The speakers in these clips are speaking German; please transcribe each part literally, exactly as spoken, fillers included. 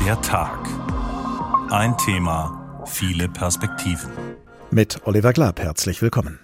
Der Tag. Ein Thema, viele Perspektiven. Mit Oliver Glab, herzlich willkommen.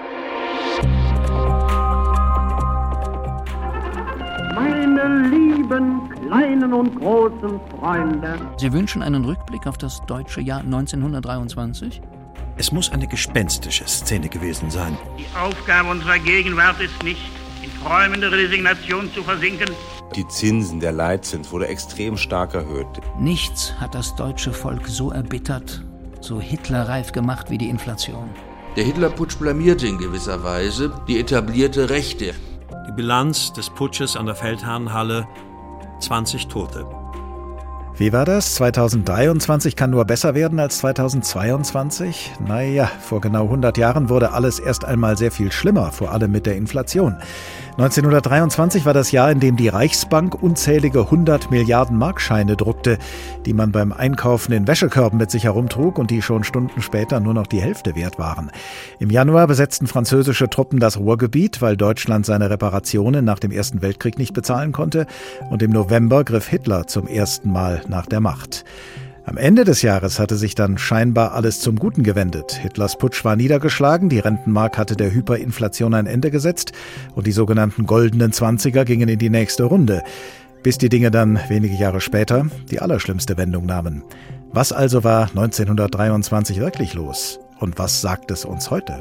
Meine lieben kleinen und großen Freunde. Sie wünschen einen Rückblick auf das deutsche Jahr neunzehnhundertdreiundzwanzig? Es muss eine gespenstische Szene gewesen sein. Die Aufgabe unserer Gegenwart ist nicht, in träumende Resignation zu versinken. Die Zinsen, der Leitzins wurde extrem stark erhöht. Nichts hat das deutsche Volk so erbittert, so hitlerreif gemacht wie die Inflation. Der Hitlerputsch blamierte in gewisser Weise die etablierte Rechte. Die Bilanz des Putsches an der Feldherrnhalle, zwanzig Tote. Wie war das? zweitausenddreiundzwanzig kann nur besser werden als zweitausendzweiundzwanzig? Naja, vor genau hundert Jahren wurde alles erst einmal sehr viel schlimmer, vor allem mit der Inflation. neunzehnhundertdreiundzwanzig war das Jahr, in dem die Reichsbank unzählige hundert Milliarden Markscheine druckte, die man beim Einkaufen in Wäschekörben mit sich herumtrug und die schon Stunden später nur noch die Hälfte wert waren. Im Januar besetzten französische Truppen das Ruhrgebiet, weil Deutschland seine Reparationen nach dem Ersten Weltkrieg nicht bezahlen konnte, und im November griff Hitler zum ersten Mal nach der Macht. Am Ende des Jahres hatte sich dann scheinbar alles zum Guten gewendet. Hitlers Putsch war niedergeschlagen, die Rentenmark hatte der Hyperinflation ein Ende gesetzt und die sogenannten goldenen Zwanziger gingen in die nächste Runde, bis die Dinge dann wenige Jahre später die allerschlimmste Wendung nahmen. Was also war neunzehnhundertdreiundzwanzig wirklich los? Und was sagt es uns heute?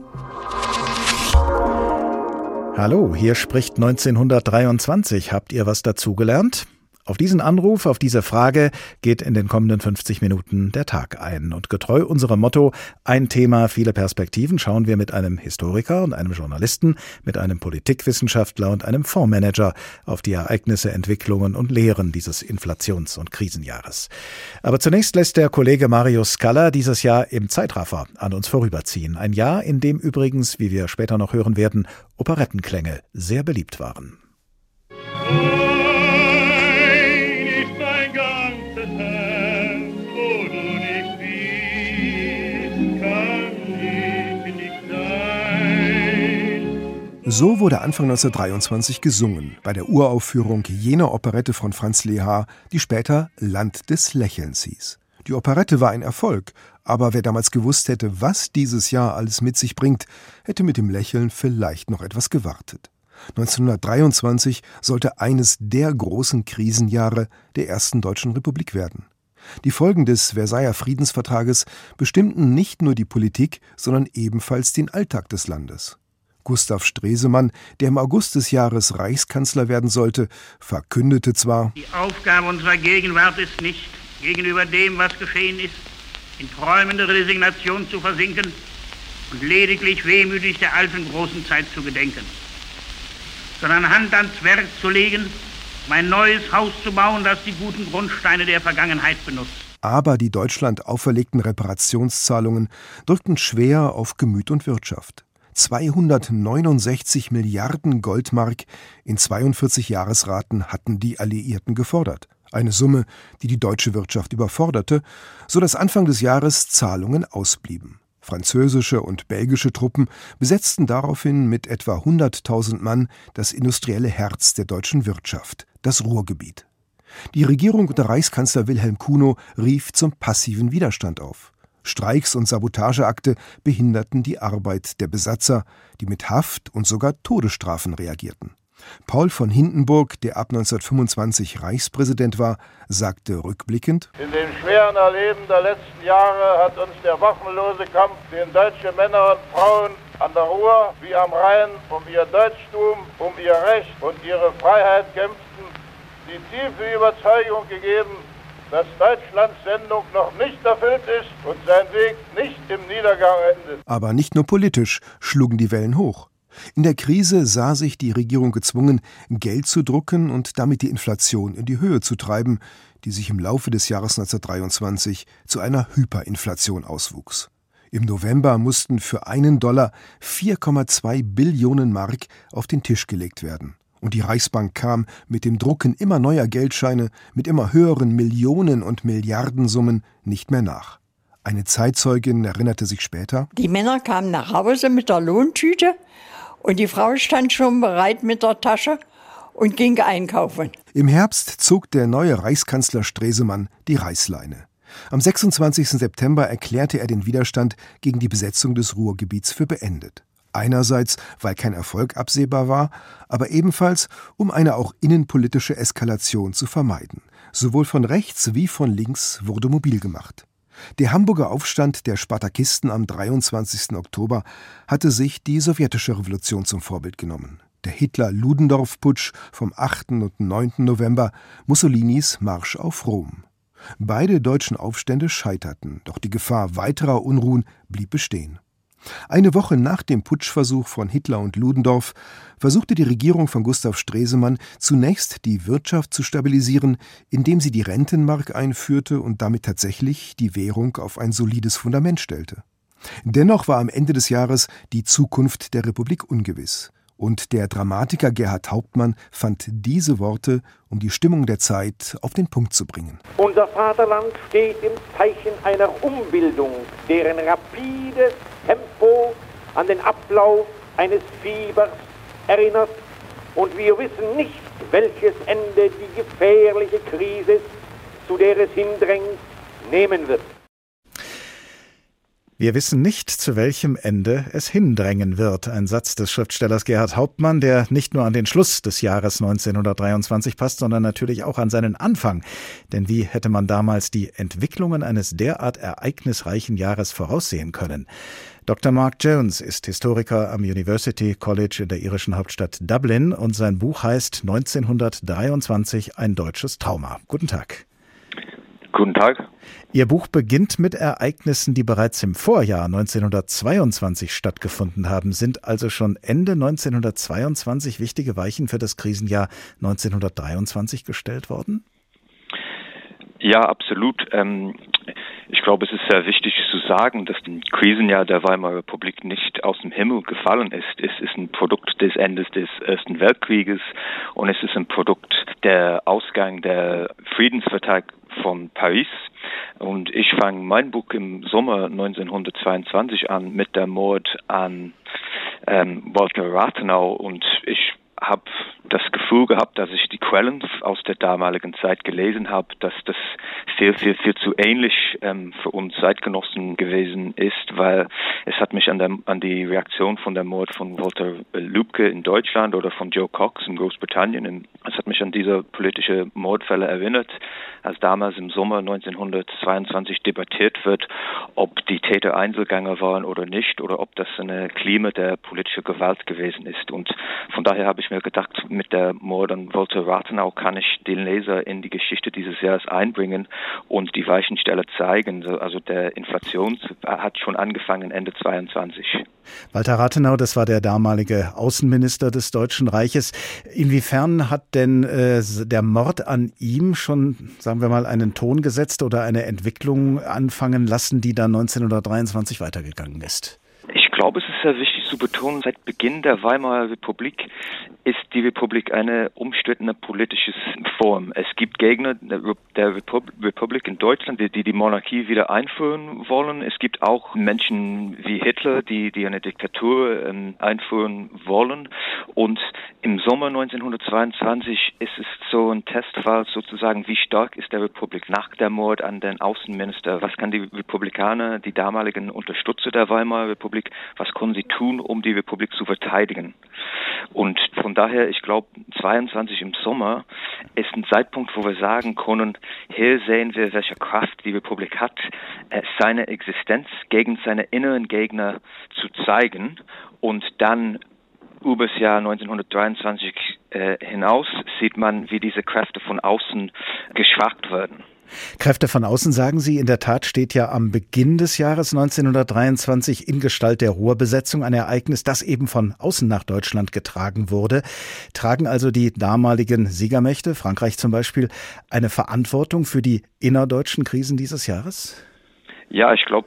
Hallo, hier spricht neunzehnhundertdreiundzwanzig. Habt ihr was dazugelernt? Auf diesen Anruf, auf diese Frage geht in den kommenden fünfzig Minuten der Tag ein. Und getreu unserem Motto, ein Thema, viele Perspektiven, schauen wir mit einem Historiker und einem Journalisten, mit einem Politikwissenschaftler und einem Fondsmanager auf die Ereignisse, Entwicklungen und Lehren dieses Inflations- und Krisenjahres. Aber zunächst lässt der Kollege Mario Scala dieses Jahr im Zeitraffer an uns vorüberziehen. Ein Jahr, in dem übrigens, wie wir später noch hören werden, Operettenklänge sehr beliebt waren. So wurde Anfang neunzehnhundertdreiundzwanzig gesungen, bei der Uraufführung jener Operette von Franz Lehár, die später Land des Lächelns hieß. Die Operette war ein Erfolg, aber wer damals gewusst hätte, was dieses Jahr alles mit sich bringt, hätte mit dem Lächeln vielleicht noch etwas gewartet. neunzehnhundertdreiundzwanzig sollte eines der großen Krisenjahre der ersten Deutschen Republik werden. Die Folgen des Versailler Friedensvertrages bestimmten nicht nur die Politik, sondern ebenfalls den Alltag des Landes. Gustav Stresemann, der im August des Jahres Reichskanzler werden sollte, verkündete zwar: Die Aufgabe unserer Gegenwart ist nicht, gegenüber dem, was geschehen ist, in träumende Resignation zu versinken und lediglich wehmütig der alten großen Zeit zu gedenken, sondern Hand ans Werk zu legen, um ein neues Haus zu bauen, das die guten Grundsteine der Vergangenheit benutzt. Aber die Deutschland auferlegten Reparationszahlungen drückten schwer auf Gemüt und Wirtschaft. zweihundertneunundsechzig Milliarden Goldmark in zweiundvierzig Jahresraten hatten die Alliierten gefordert. Eine Summe, die die deutsche Wirtschaft überforderte, so dass Anfang des Jahres Zahlungen ausblieben. Französische und belgische Truppen besetzten daraufhin mit etwa hunderttausend Mann das industrielle Herz der deutschen Wirtschaft, das Ruhrgebiet. Die Regierung unter Reichskanzler Wilhelm Kuno rief zum passiven Widerstand auf. Streiks und Sabotageakte behinderten die Arbeit der Besatzer, die mit Haft und sogar Todesstrafen reagierten. Paul von Hindenburg, der ab neunzehnhundertfünfundzwanzig Reichspräsident war, sagte rückblickend: In dem schweren Erleben der letzten Jahre hat uns der waffenlose Kampf, den deutsche Männer und Frauen an der Ruhr wie am Rhein um ihr Deutschtum, um ihr Recht und ihre Freiheit kämpften, die tiefe Überzeugung gegeben, dass Deutschlands Sendung noch nicht erfüllt ist und sein Weg nicht im Niedergang endet. Aber nicht nur politisch schlugen die Wellen hoch. In der Krise sah sich die Regierung gezwungen, Geld zu drucken und damit die Inflation in die Höhe zu treiben, die sich im Laufe des Jahres neunzehnhundertdreiundzwanzig zu einer Hyperinflation auswuchs. Im November mussten für einen Dollar vier Komma zwei Billionen Mark auf den Tisch gelegt werden. Und die Reichsbank kam mit dem Drucken immer neuer Geldscheine mit immer höheren Millionen- und Milliardensummen nicht mehr nach. Eine Zeitzeugin erinnerte sich später: Die Männer kamen nach Hause mit der Lohntüte und die Frau stand schon bereit mit der Tasche und ging einkaufen. Im Herbst zog der neue Reichskanzler Stresemann die Reißleine. Am sechsundzwanzigsten September erklärte er den Widerstand gegen die Besetzung des Ruhrgebiets für beendet. Einerseits, weil kein Erfolg absehbar war, aber ebenfalls, um eine auch innenpolitische Eskalation zu vermeiden. Sowohl von rechts wie von links wurde mobil gemacht. Der Hamburger Aufstand der Spartakisten am dreiundzwanzigsten Oktober hatte sich die sowjetische Revolution zum Vorbild genommen. Der Hitler-Ludendorff-Putsch vom achten und neunten November, Mussolinis Marsch auf Rom. Beide deutschen Aufstände scheiterten, doch die Gefahr weiterer Unruhen blieb bestehen. Eine Woche nach dem Putschversuch von Hitler und Ludendorff versuchte die Regierung von Gustav Stresemann zunächst die Wirtschaft zu stabilisieren, indem sie die Rentenmark einführte und damit tatsächlich die Währung auf ein solides Fundament stellte. Dennoch war am Ende des Jahres die Zukunft der Republik ungewiss. Und der Dramatiker Gerhard Hauptmann fand diese Worte, um die Stimmung der Zeit auf den Punkt zu bringen. Unser Vaterland steht im Zeichen einer Umbildung, deren rapides Tempo an den Ablauf eines Fiebers erinnert. Und wir wissen nicht, welches Ende die gefährliche Krise, zu der es hindrängt, nehmen wird. Wir wissen nicht, zu welchem Ende es hindrängen wird. Ein Satz des Schriftstellers Gerhard Hauptmann, der nicht nur an den Schluss des Jahres neunzehnhundertdreiundzwanzig passt, sondern natürlich auch an seinen Anfang. Denn wie hätte man damals die Entwicklungen eines derart ereignisreichen Jahres voraussehen können? Doktor Mark Jones ist Historiker am University College in der irischen Hauptstadt Dublin und sein Buch heißt neunzehnhundertdreiundzwanzig, ein deutsches Trauma. Guten Tag. Guten Tag. Ihr Buch beginnt mit Ereignissen, die bereits im Vorjahr neunzehnhundertzweiundzwanzig stattgefunden haben. Sind also schon Ende neunzehnhundertzweiundzwanzig wichtige Weichen für das Krisenjahr neunzehnhundertdreiundzwanzig gestellt worden? Ja, absolut. Ähm, ich glaube, es ist sehr wichtig zu sagen, dass das Krisenjahr der Weimarer Republik nicht aus dem Himmel gefallen ist. Es ist ein Produkt des Endes des Ersten Weltkrieges und es ist ein Produkt der Ausgang der Friedensvertrag von Paris. Und ich fange mein Buch im Sommer neunzehnhundertzweiundzwanzig an mit der Mord an ähm, Walter Rathenau und ich habe das Gefühl gehabt, dass ich die Quellen aus der damaligen Zeit gelesen habe, dass das viel, viel, viel zu ähnlich ähm, für uns Zeitgenossen gewesen ist, weil es hat mich an, der, an die Reaktion von der Mord von Walter Lübcke in Deutschland oder von Joe Cox in Großbritannien, es hat mich an diese politische Mordfälle erinnert, als damals im Sommer neunzehnhundertzweiundzwanzig debattiert wird, ob die Täter Einzelgänger waren oder nicht, oder ob das eine Klima der politischen Gewalt gewesen ist. Und von daher habe ich mir gedacht, mit der Mord an Walter Rathenau kann ich den Leser in die Geschichte dieses Jahres einbringen und die Weichenstelle zeigen. Also der Inflation hat schon angefangen Ende zweiundzwanzig. Walter Rathenau, das war der damalige Außenminister des Deutschen Reiches. Inwiefern hat denn äh, der Mord an ihm schon, sagen wir mal, einen Ton gesetzt oder eine Entwicklung anfangen lassen, die dann neunzehnhundertdreiundzwanzig weitergegangen ist? Ich glaube, es ist sehr wichtig zu betonen, seit Beginn der Weimarer Republik ist die Republik eine umstrittene politische Form. Es gibt Gegner der Republik in Deutschland, die die Monarchie wieder einführen wollen. Es gibt auch Menschen wie Hitler, die, die eine Diktatur ähm, einführen wollen. Und im Sommer neunzehnhundertzweiundzwanzig ist es so ein Testfall sozusagen, wie stark ist der Republik nach der Mord an den Außenminister? Was kann die Republikaner, die damaligen Unterstützer der Weimarer Republik, was können sie tun, um die Republik zu verteidigen? Und von daher, ich glaube, zweiundzwanzig im Sommer ist ein Zeitpunkt, wo wir sagen können, hier sehen wir, welche Kraft die Republik hat, seine Existenz gegen seine inneren Gegner zu zeigen und dann über das Jahr neunzehnhundertdreiundzwanzig äh, hinaus sieht man, wie diese Kräfte von außen geschwächt werden. Kräfte von außen, sagen Sie. In der Tat steht ja am Beginn des Jahres neunzehnhundertdreiundzwanzig in Gestalt der Ruhrbesetzung ein Ereignis, das eben von außen nach Deutschland getragen wurde. Tragen also die damaligen Siegermächte, Frankreich zum Beispiel, eine Verantwortung für die innerdeutschen Krisen dieses Jahres? Ja, ich glaube, dass, dass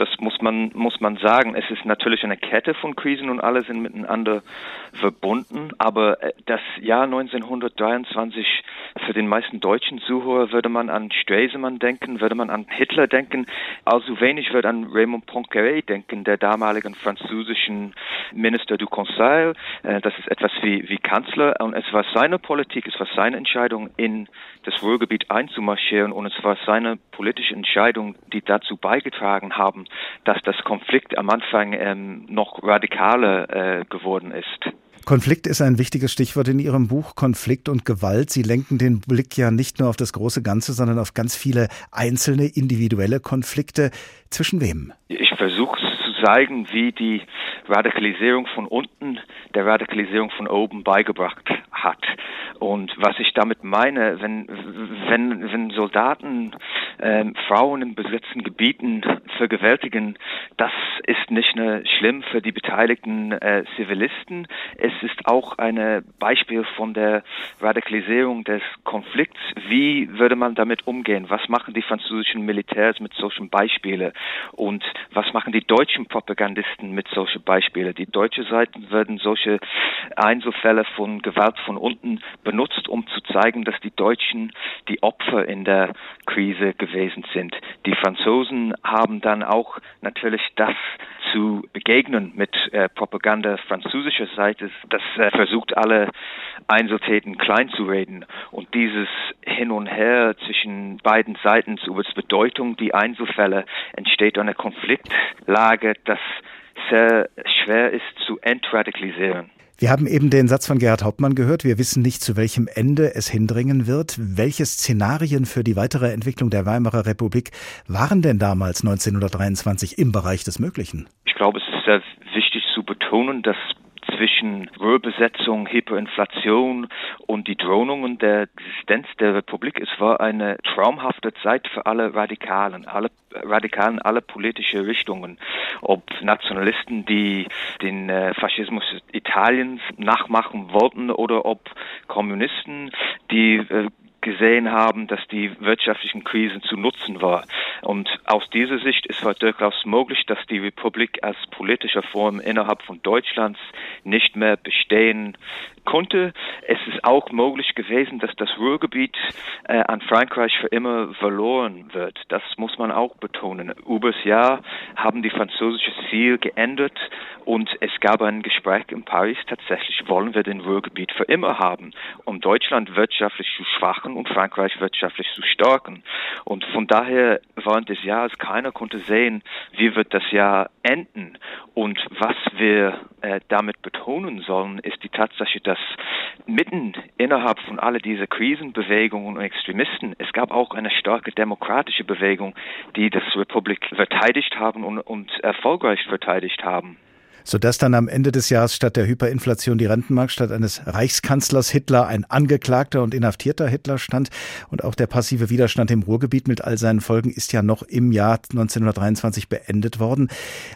das muss man, muss man sagen. Es ist natürlich eine Kette von Krisen und alle sind miteinander verbunden, aber das Jahr neunzehnhundertdreiundzwanzig, für den meisten deutschen Zuhörer würde man an Stresemann denken, würde man an Hitler denken, also wenig wird an Raymond Poincaré denken, der damaligen französischen Minister du Conseil. Das ist etwas wie, wie Kanzler und es war seine Politik, es war seine Entscheidung, in das Ruhrgebiet einzumarschieren und es war seine politische Entscheidung, die dazu beigetragen haben, dass das Konflikt am Anfang ähm, noch radikaler äh, geworden ist. Konflikt ist ein wichtiges Stichwort in Ihrem Buch, Konflikt und Gewalt. Sie lenken den Blick ja nicht nur auf das große Ganze, sondern auf ganz viele einzelne, individuelle Konflikte. Zwischen wem? Ich versuche zu zeigen, wie die Radikalisierung von unten der Radikalisierung von oben beigebracht hat. Und was ich damit meine, wenn wenn wenn Soldaten äh, Frauen in besetzten Gebieten vergewaltigen, das ist nicht nur schlimm für die beteiligten äh, Zivilisten, es ist auch ein Beispiel von der Radikalisierung des Konflikts. Wie würde man damit umgehen? Was machen die französischen Militärs mit solchen Beispielen? Und was machen die deutschen Propagandisten mit solchen Beispielen? Die deutsche Seiten würden solche Einzelfälle von Gewalt von unten benutzt, um zu zeigen, dass die Deutschen die Opfer in der Krise gewesen sind. Die Franzosen haben dann auch natürlich das zu begegnen mit äh, Propaganda französischer Seite, das äh, versucht, alle Einzeltäten klein zu reden. Und dieses Hin und Her zwischen beiden Seiten über die Bedeutung die Einzelfälle entsteht eine Konfliktlage, das sehr schwer ist zu entradikalisieren. Wir haben eben den Satz von Gerhard Hauptmann gehört. Wir wissen nicht, zu welchem Ende es hindringen wird. Welche Szenarien für die weitere Entwicklung der Weimarer Republik waren denn damals neunzehnhundertdreiundzwanzig im Bereich des Möglichen? Ich glaube, es ist sehr wichtig zu betonen, dass zwischen Ruhrbesetzung, Hyperinflation und die Drohungen der Existenz der Republik, es war eine traumhafte Zeit für alle Radikalen, alle Radikalen, alle politische Richtungen, ob Nationalisten, die den äh, Faschismus Italiens nachmachen wollten oder ob Kommunisten, die äh, gesehen haben, dass die wirtschaftlichen Krisen zu nutzen war. Und aus dieser Sicht ist es durchaus möglich, dass die Republik als politische Form innerhalb von Deutschlands nicht mehr bestehen konnte. Es ist auch möglich gewesen, dass das Ruhrgebiet äh, an Frankreich für immer verloren wird. Das muss man auch betonen. Übers Jahr haben die französische Ziel geändert und es gab ein Gespräch in Paris. Tatsächlich wollen wir den Ruhrgebiet für immer haben, um Deutschland wirtschaftlich zu schwachen und Frankreich wirtschaftlich zu stärken. Und von daher während des Jahres keiner konnte sehen, wie wird das Jahr enden. Und was wir äh, damit betonen sollen, ist die Tatsache, dass mitten innerhalb von all dieser Krisenbewegungen und Extremisten, es gab auch eine starke demokratische Bewegung, die das Republik verteidigt haben und, und erfolgreich verteidigt haben. Sodass dann am Ende des Jahres statt der Hyperinflation die Rentenmark statt eines Reichskanzlers Hitler ein angeklagter und inhaftierter Hitler stand. Und auch der passive Widerstand im Ruhrgebiet mit all seinen Folgen ist ja noch im Jahr neunzehnhundertdreiundzwanzig beendet worden.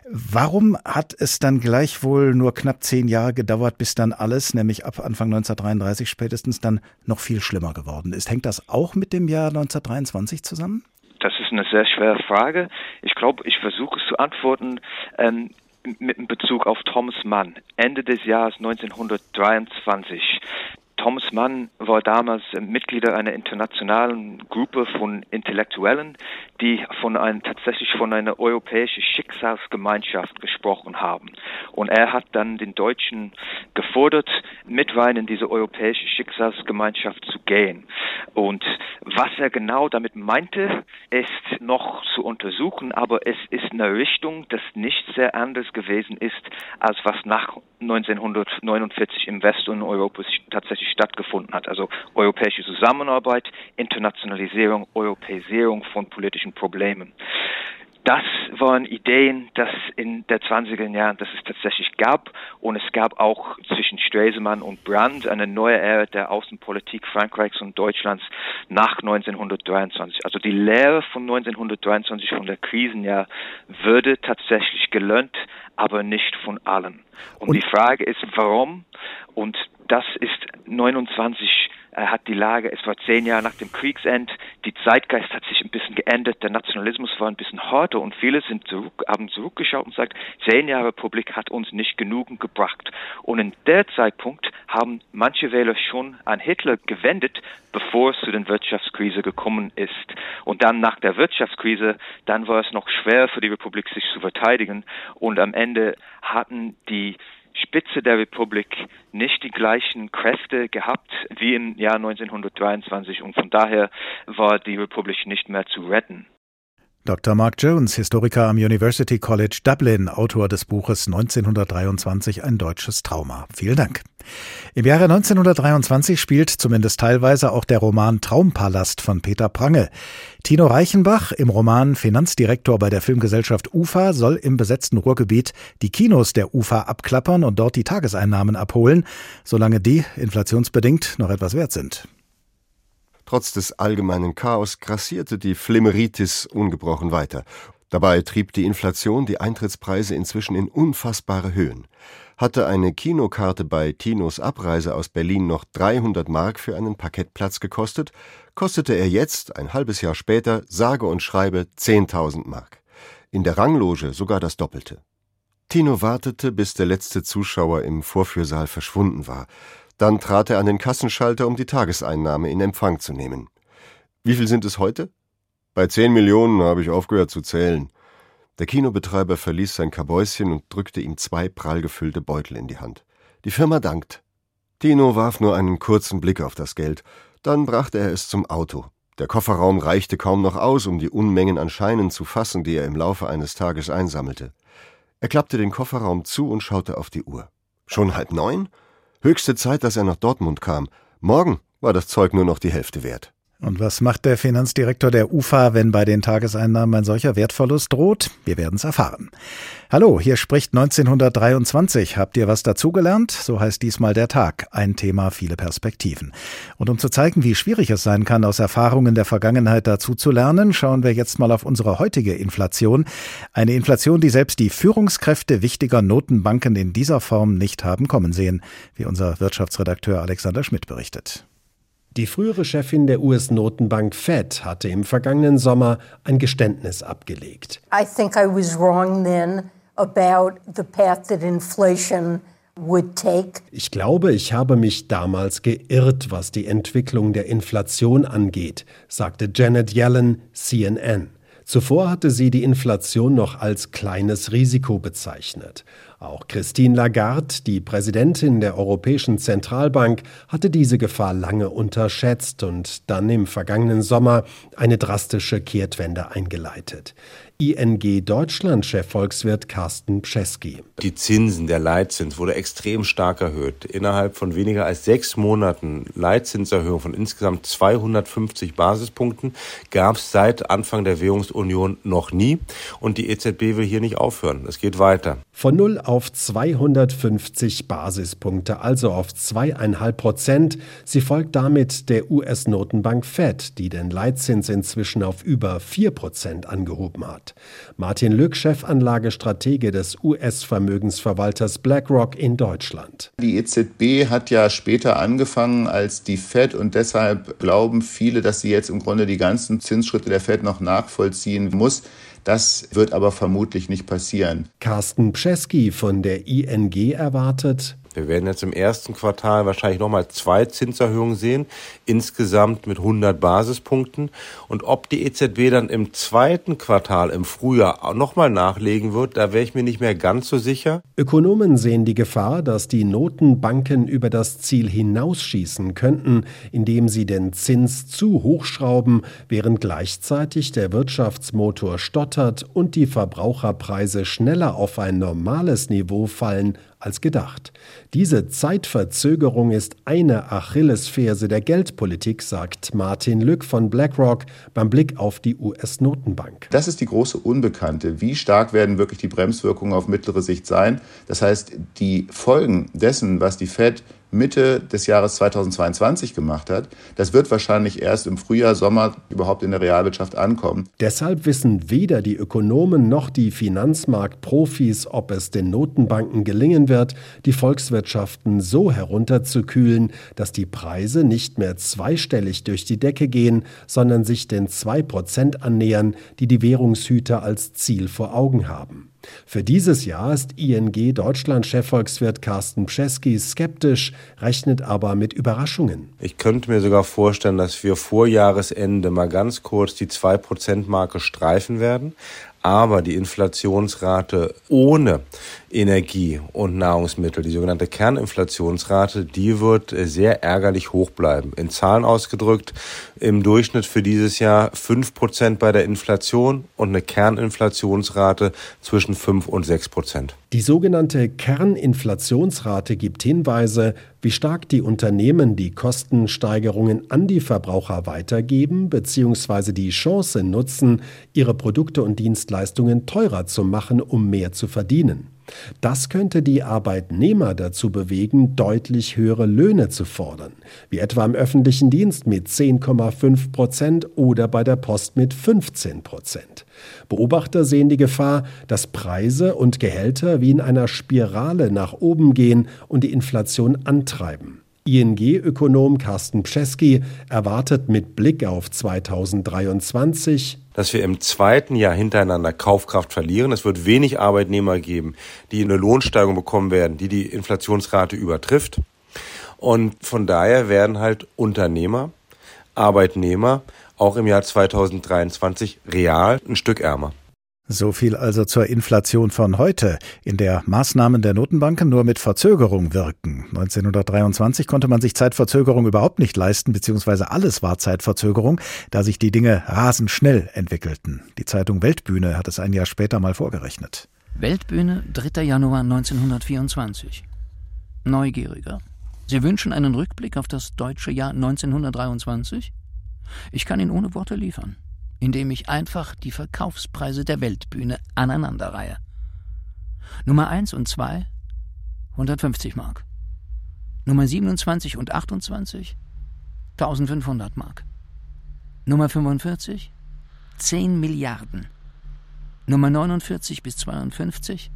Warum hat es dann gleichwohl nur knapp zehn Jahre gedauert, bis dann alles, nämlich ab Anfang neunzehnhundertdreiunddreißig spätestens, dann noch viel schlimmer geworden ist? Hängt das auch mit dem Jahr neunzehnhundertdreiundzwanzig zusammen? Das ist eine sehr schwere Frage. Ich glaube, ich versuche es zu antworten, ähm, mit Bezug auf Thomas Mann, Ende des Jahres neunzehnhundertdreiundzwanzig. Thomas Mann war damals Mitglied einer internationalen Gruppe von Intellektuellen, die von einem, tatsächlich von einer europäischen Schicksalsgemeinschaft gesprochen haben. Und er hat dann den Deutschen gefordert, mit rein in diese europäische Schicksalsgemeinschaft zu gehen. Und was er genau damit meinte, ist noch zu untersuchen, aber es ist eine Richtung, das nicht sehr anders gewesen ist, als was nach neunzehnhundertneunundvierzig im Westen Europas tatsächlich stattgefunden hat. Also europäische Zusammenarbeit, Internationalisierung, Europäisierung von politischen Problemen. Das waren Ideen, das in der zwanziger Jahren, das es tatsächlich gab. Und es gab auch zwischen Stresemann und Brandt eine neue Ära der Außenpolitik Frankreichs und Deutschlands nach neunzehnhundertdreiundzwanzig. Also die Lehre von neunzehnhundertdreiundzwanzig von der Krisenjahr würde tatsächlich gelernt, aber nicht von allen. Und, und die Frage ist, warum? Und das ist neunundzwanzig hat die Lage, es war zehn Jahre nach dem Kriegsende, die Zeitgeist hat sich ein bisschen geändert, der Nationalismus war ein bisschen härter und viele sind zurück, haben zurückgeschaut und gesagt, zehn Jahre Republik hat uns nicht genug gebracht. Und in der Zeitpunkt haben manche Wähler schon an Hitler gewendet, bevor es zu der Wirtschaftskrise gekommen ist. Und dann nach der Wirtschaftskrise, dann war es noch schwer für die Republik, sich zu verteidigen. Und am Ende hatten die Spitze der Republik nicht die gleichen Kräfte gehabt wie im Jahr neunzehnhundertdreiundzwanzig und von daher war die Republik nicht mehr zu retten. Doktor Mark Jones, Historiker am University College Dublin, Autor des Buches neunzehnhundertdreiundzwanzig, ein deutsches Trauma. Vielen Dank. Im Jahre neunzehnhundertdreiundzwanzig spielt zumindest teilweise auch der Roman Traumpalast von Peter Prange. Tino Reichenbach, im Roman Finanzdirektor bei der Filmgesellschaft U F A, soll im besetzten Ruhrgebiet die Kinos der U F A abklappern und dort die Tageseinnahmen abholen, solange die, inflationsbedingt, noch etwas wert sind. Trotz des allgemeinen Chaos grassierte die Flimmeritis ungebrochen weiter. Dabei trieb die Inflation die Eintrittspreise inzwischen in unfassbare Höhen. Hatte eine Kinokarte bei Tinos Abreise aus Berlin noch dreihundert Mark für einen Parkettplatz gekostet, kostete er jetzt, ein halbes Jahr später, sage und schreibe zehntausend Mark. In der Rangloge sogar das Doppelte. Tino wartete, bis der letzte Zuschauer im Vorführsaal verschwunden war. Dann trat er an den Kassenschalter, um die Tageseinnahme in Empfang zu nehmen. Wie viel sind es heute? Bei zehn Millionen habe ich aufgehört zu zählen. Der Kinobetreiber verließ sein Kabäuschen und drückte ihm zwei prall gefüllte Beutel in die Hand. Die Firma dankt. Tino warf nur einen kurzen Blick auf das Geld. Dann brachte er es zum Auto. Der Kofferraum reichte kaum noch aus, um die Unmengen an Scheinen zu fassen, die er im Laufe eines Tages einsammelte. Er klappte den Kofferraum zu und schaute auf die Uhr. Schon halb neun? Höchste Zeit, dass er nach Dortmund kam. Morgen war das Zeug nur noch die Hälfte wert. Und was macht der Finanzdirektor der U F A, wenn bei den Tageseinnahmen ein solcher Wertverlust droht? Wir werden es erfahren. Hallo, hier spricht neunzehnhundertdreiundzwanzig. Habt ihr was dazugelernt? So heißt diesmal der Tag. Ein Thema, viele Perspektiven. Und um zu zeigen, wie schwierig es sein kann, aus Erfahrungen der Vergangenheit dazu zu lernen, schauen wir jetzt mal auf unsere heutige Inflation. Eine Inflation, die selbst die Führungskräfte wichtiger Notenbanken in dieser Form nicht haben kommen sehen, wie unser Wirtschaftsredakteur Alexander Schmidt berichtet. Die frühere Chefin der U S-Notenbank Fed hatte im vergangenen Sommer ein Geständnis abgelegt. I think I was wrong then about the path that inflation would take. Ich glaube, ich habe mich damals geirrt, was die Entwicklung der Inflation angeht, sagte Janet Yellen C N N. Zuvor hatte sie die Inflation noch als kleines Risiko bezeichnet. Auch Christine Lagarde, die Präsidentin der Europäischen Zentralbank, hatte diese Gefahr lange unterschätzt und dann im vergangenen Sommer eine drastische Kehrtwende eingeleitet. I N G Deutschland-Chefvolkswirt Carsten Bczewski. Die Zinsen, der Leitzins wurde extrem stark erhöht. Innerhalb von weniger als sechs Monaten Leitzinserhöhung von insgesamt zweihundertfünfzig Basispunkten gab es seit Anfang der Währungsunion noch nie. Und die E Z B will hier nicht aufhören. Es geht weiter. Von null auf zweihundertfünfzig Basispunkte, also auf zwei Komma fünf Prozent. Sie folgt damit der U S-Notenbank Fed, die den Leitzins inzwischen auf über vier Prozent angehoben hat. Martin Lück, Chefanlagestratege des U S-Vermögensverwalters BlackRock in Deutschland. Die E Z B hat ja später angefangen als die Fed und deshalb glauben viele, dass sie jetzt im Grunde die ganzen Zinsschritte der Fed noch nachvollziehen muss. Das wird aber vermutlich nicht passieren. Carsten Bczewski von der I N G erwartet: Wir werden jetzt im ersten Quartal wahrscheinlich nochmal zwei Zinserhöhungen sehen, insgesamt mit hundert Basispunkten. Und ob die E Z B dann im zweiten Quartal, im Frühjahr, nochmal nachlegen wird, da wäre ich mir nicht mehr ganz so sicher. Ökonomen sehen die Gefahr, dass die Notenbanken über das Ziel hinausschießen könnten, indem sie den Zins zu hoch schrauben, während gleichzeitig der Wirtschaftsmotor stottert und die Verbraucherpreise schneller auf ein normales Niveau fallen als gedacht. Diese Zeitverzögerung ist eine Achillesferse der Geldpolitik, sagt Martin Lück von BlackRock beim Blick auf die U S-Notenbank. Das ist die große Unbekannte. Wie stark werden wirklich die Bremswirkungen auf mittlere Sicht sein? Das heißt, die Folgen dessen, was die Fed Mitte des Jahres zweitausendzweiundzwanzig gemacht hat, das wird wahrscheinlich erst im Frühjahr, Sommer überhaupt in der Realwirtschaft ankommen. Deshalb wissen weder die Ökonomen noch die Finanzmarktprofis, ob es den Notenbanken gelingen wird, die Volkswirtschaften so herunterzukühlen, dass die Preise nicht mehr zweistellig durch die Decke gehen, sondern sich den zwei Prozent annähern, die die Währungshüter als Ziel vor Augen haben. Für dieses Jahr ist I N G Deutschland-Chefvolkswirt Carsten Bschesky skeptisch, rechnet aber mit Überraschungen. Ich könnte mir sogar vorstellen, dass wir vor Jahresende mal ganz kurz die zwei Prozent Marke streifen werden. Aber die Inflationsrate ohne Energie und Nahrungsmittel, die sogenannte Kerninflationsrate, die wird sehr ärgerlich hoch bleiben. In Zahlen ausgedrückt, im Durchschnitt für dieses Jahr fünf Prozent bei der Inflation und eine Kerninflationsrate zwischen fünf und sechs Prozent. Die sogenannte Kerninflationsrate gibt Hinweise, wie stark die Unternehmen die Kostensteigerungen an die Verbraucher weitergeben bzw. die Chance nutzen, ihre Produkte und Dienstleistungen teurer zu machen, um mehr zu verdienen. Das könnte die Arbeitnehmer dazu bewegen, deutlich höhere Löhne zu fordern, wie etwa im öffentlichen Dienst mit zehn Komma fünf Prozent oder bei der Post mit fünfzehn Prozent. Beobachter sehen die Gefahr, dass Preise und Gehälter wie in einer Spirale nach oben gehen und die Inflation antreiben. I N G-Ökonom Carsten Bschesky erwartet mit Blick auf zweitausenddreiundzwanzig, dass wir im zweiten Jahr hintereinander Kaufkraft verlieren. Es wird wenig Arbeitnehmer geben, die eine Lohnsteigerung bekommen werden, die die Inflationsrate übertrifft. Und von daher werden halt Unternehmer, Arbeitnehmer auch im Jahr zweitausenddreiundzwanzig real ein Stück ärmer. So viel also zur Inflation von heute, in der Maßnahmen der Notenbanken nur mit Verzögerung wirken. neunzehnhundertdreiundzwanzig konnte man sich Zeitverzögerung überhaupt nicht leisten, beziehungsweise alles war Zeitverzögerung, da sich die Dinge rasend schnell entwickelten. Die Zeitung Weltbühne hat es ein Jahr später mal vorgerechnet. Weltbühne, dritter Januar neunzehnhundertvierundzwanzig. Neugieriger. Sie wünschen einen Rückblick auf das deutsche Jahr neunzehnhundertdreiundzwanzig? Ich kann ihn ohne Worte liefern, indem ich einfach die Verkaufspreise der Weltbühne aneinanderreihe. Nummer eins und zwei, hundertfünfzig Mark. Nummer siebenundzwanzig und achtundzwanzig, eintausendfünfhundert Mark. Nummer fünfundvierzig, zehn Milliarden. Nummer neunundvierzig bis zweiundfünfzig,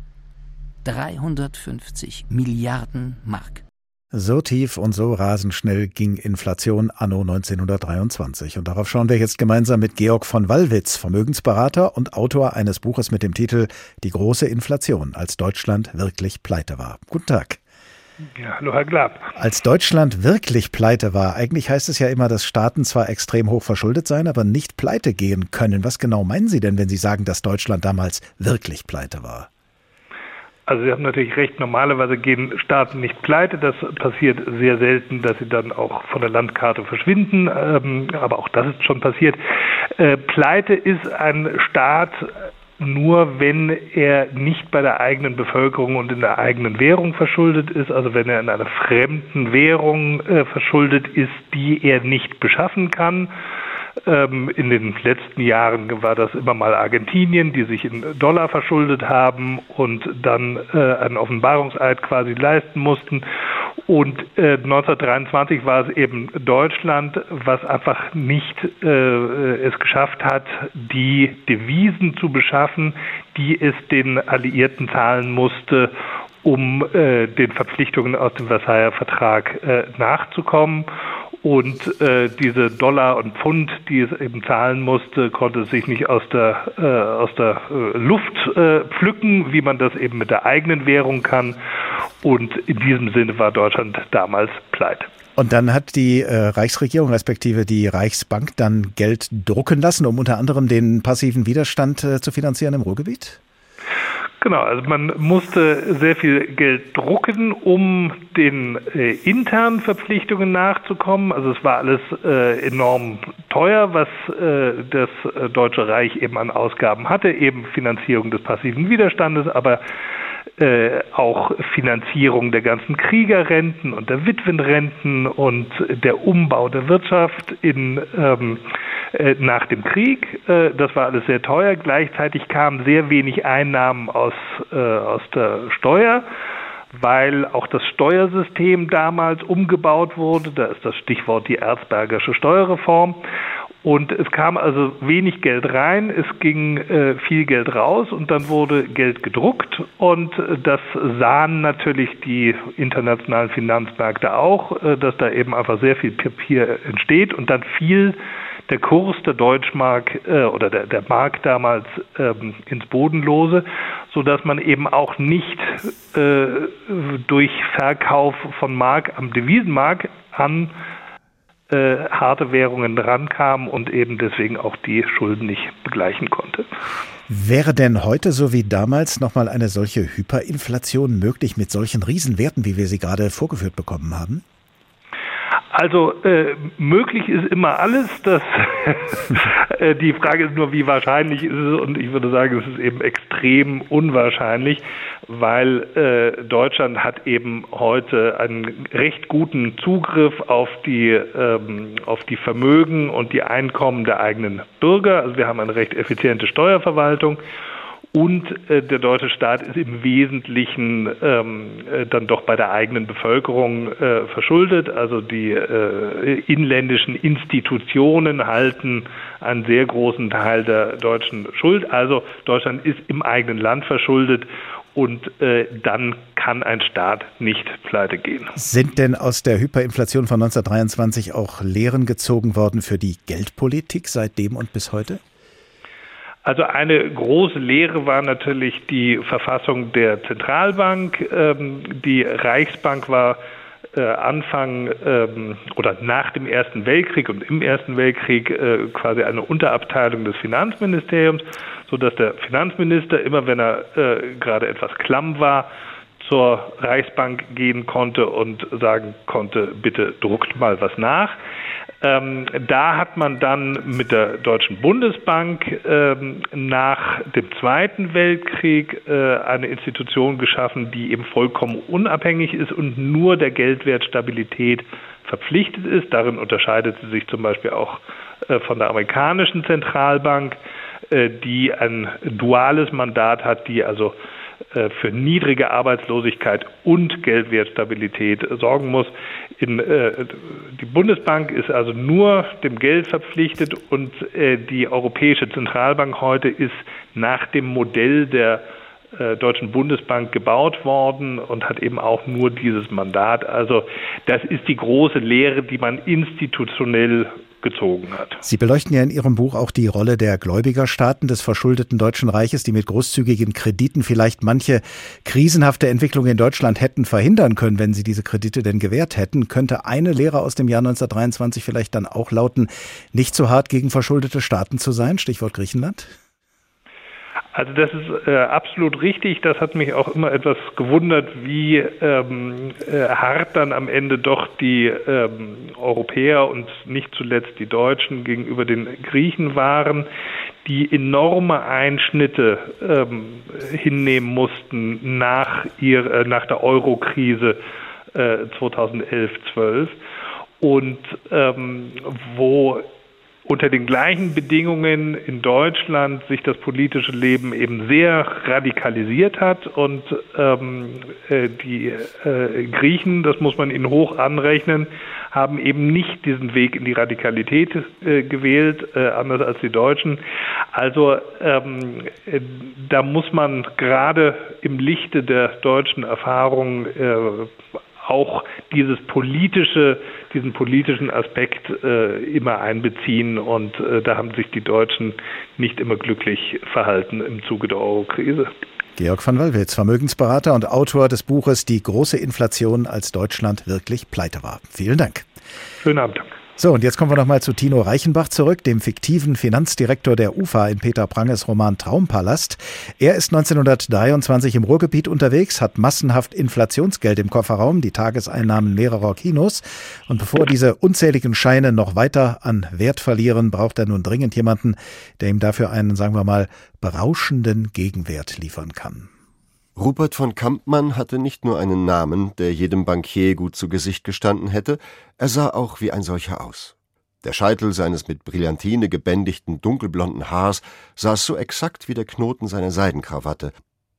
dreihundertfünfzig Milliarden Mark. So tief und so rasend schnell ging Inflation anno neunzehnhundertdreiundzwanzig. Und darauf schauen wir jetzt gemeinsam mit Georg von Wallwitz, Vermögensberater und Autor eines Buches mit dem Titel »Die große Inflation, als Deutschland wirklich pleite war«. Guten Tag. Ja, hallo Herr Glab. Als Deutschland wirklich pleite war, eigentlich heißt es ja immer, dass Staaten zwar extrem hoch verschuldet seien, aber nicht pleite gehen können. Was genau meinen Sie denn, wenn Sie sagen, dass Deutschland damals wirklich pleite war? Also Sie haben natürlich recht, normalerweise gehen Staaten nicht pleite, das passiert sehr selten, dass sie dann auch von der Landkarte verschwinden, ähm, aber auch das ist schon passiert. Äh, pleite ist ein Staat nur, wenn er nicht bei der eigenen Bevölkerung und in der eigenen Währung verschuldet ist, also wenn er in einer fremden Währung äh, verschuldet ist, die er nicht beschaffen kann. In den letzten Jahren war das immer mal Argentinien, die sich in Dollar verschuldet haben und dann äh, einen Offenbarungseid quasi leisten mussten. Und äh, neunzehnhundertdreiundzwanzig war es eben Deutschland, was einfach nicht äh, es geschafft hat, die Devisen zu beschaffen, die es den Alliierten zahlen musste, um äh, den Verpflichtungen aus dem Versailler Vertrag äh, nachzukommen. Und äh, diese Dollar und Pfund, die es eben zahlen musste, konnte es sich nicht aus der, äh, aus der äh, Luft äh, pflücken, wie man das eben mit der eigenen Währung kann. Und in diesem Sinne war Deutschland damals pleite. Und dann hat die äh, Reichsregierung respektive die Reichsbank dann Geld drucken lassen, um unter anderem den passiven Widerstand äh, zu finanzieren im Ruhrgebiet? Genau, also man musste sehr viel Geld drucken, um den äh, internen Verpflichtungen nachzukommen. Also es war alles äh, enorm teuer, was äh, das äh, Deutsche Reich eben an Ausgaben hatte, eben Finanzierung des passiven Widerstandes, aber äh, auch Finanzierung der ganzen Kriegerrenten und der Witwenrenten und der Umbau der Wirtschaft in ähm, äh, nach dem Krieg. Äh, das war alles sehr teuer. Gleichzeitig kamen sehr wenig Einnahmen aus, äh, aus der Steuer. weil auch das Steuersystem damals umgebaut wurde. Da ist das Stichwort die Erzbergersche Steuerreform. Und es kam also wenig Geld rein, es ging äh, viel Geld raus und dann wurde Geld gedruckt und das sahen natürlich die internationalen Finanzmärkte auch, äh, dass da eben einfach sehr viel Papier entsteht und dann fiel der Kurs der Deutschmark äh, oder der, der Mark damals ähm, ins Bodenlose, sodass man eben auch nicht äh, durch Verkauf von Mark am Devisenmarkt an Äh, harte Währungen rankamen und eben deswegen auch die Schulden nicht begleichen konnte. Wäre denn heute so wie damals nochmal eine solche Hyperinflation möglich mit solchen Riesenwerten, wie wir sie gerade vorgeführt bekommen haben? Also äh, möglich ist immer alles. Das äh, die Frage ist nur, wie wahrscheinlich ist es, und ich würde sagen, es ist eben extrem unwahrscheinlich, weil äh, Deutschland hat eben heute einen recht guten Zugriff auf die ähm, auf die Vermögen und die Einkommen der eigenen Bürger. Also wir haben eine recht effiziente Steuerverwaltung. Und äh, der deutsche Staat ist im Wesentlichen ähm, äh, dann doch bei der eigenen Bevölkerung äh, verschuldet. Also die äh, inländischen Institutionen halten einen sehr großen Teil der deutschen Schuld. Also Deutschland ist im eigenen Land verschuldet und äh, dann kann ein Staat nicht pleite gehen. Sind denn aus der Hyperinflation von neunzehnhundertdreiundzwanzig auch Lehren gezogen worden für die Geldpolitik seitdem und bis heute? Also eine große Lehre war natürlich die Verfassung der Zentralbank. Die Reichsbank war Anfang oder nach dem Ersten Weltkrieg und im Ersten Weltkrieg quasi eine Unterabteilung des Finanzministeriums, sodass der Finanzminister immer, wenn er gerade etwas klamm war, zur Reichsbank gehen konnte und sagen konnte, bitte druckt mal was nach. Ähm, da hat man dann mit der Deutschen Bundesbank ähm, nach dem Zweiten Weltkrieg äh, eine Institution geschaffen, die eben vollkommen unabhängig ist und nur der Geldwertstabilität verpflichtet ist. Darin unterscheidet sie sich zum Beispiel auch äh, von der amerikanischen Zentralbank, äh, die ein duales Mandat hat, die also für niedrige Arbeitslosigkeit und Geldwertstabilität sorgen muss. In, äh, die Bundesbank ist also nur dem Geld verpflichtet und äh, die Europäische Zentralbank heute ist nach dem Modell der äh, Deutschen Bundesbank gebaut worden und hat eben auch nur dieses Mandat. Also das ist die große Lehre, die man institutionell gezogen hat. Sie beleuchten ja in Ihrem Buch auch die Rolle der Gläubigerstaaten des verschuldeten Deutschen Reiches, die mit großzügigen Krediten vielleicht manche krisenhafte Entwicklung in Deutschland hätten verhindern können, wenn sie diese Kredite denn gewährt hätten. Könnte eine Lehre aus dem Jahr neunzehnhundertdreiundzwanzig vielleicht dann auch lauten, nicht so hart gegen verschuldete Staaten zu sein? Stichwort Griechenland. Also das ist äh, absolut richtig. Das hat mich auch immer etwas gewundert, wie ähm, äh, hart dann am Ende doch die ähm, Europäer und nicht zuletzt die Deutschen gegenüber den Griechen waren, die enorme Einschnitte ähm, hinnehmen mussten nach, ihr, äh, nach der Euro-Krise äh, zweitausendelf zwölf und ähm, wo unter den gleichen Bedingungen in Deutschland sich das politische Leben eben sehr radikalisiert hat und ähm, äh, die äh, Griechen, das muss man ihnen hoch anrechnen, haben eben nicht diesen Weg in die Radikalität äh, gewählt, äh, anders als die Deutschen. Also ähm, äh, da muss man gerade im Lichte der deutschen Erfahrung äh, auch dieses politische, diesen politischen Aspekt äh, immer einbeziehen und äh, da haben sich die Deutschen nicht immer glücklich verhalten im Zuge der Euro-Krise. Georg von Wallwitz, Vermögensberater und Autor des Buches Die große Inflation, als Deutschland wirklich pleite war. Vielen Dank. Schönen Abend. So, und jetzt kommen wir nochmal zu Tino Reichenbach zurück, dem fiktiven Finanzdirektor der U F A in Peter Pranges Roman Traumpalast. Er ist neunzehnhundertdreiundzwanzig im Ruhrgebiet unterwegs, hat massenhaft Inflationsgeld im Kofferraum, die Tageseinnahmen mehrerer Kinos. Und bevor diese unzähligen Scheine noch weiter an Wert verlieren, braucht er nun dringend jemanden, der ihm dafür einen, sagen wir mal, berauschenden Gegenwert liefern kann. Rupert von Kampmann hatte nicht nur einen Namen, der jedem Bankier gut zu Gesicht gestanden hätte, er sah auch wie ein solcher aus. Der Scheitel seines mit Brillantine gebändigten dunkelblonden Haars saß so exakt wie der Knoten seiner Seidenkrawatte.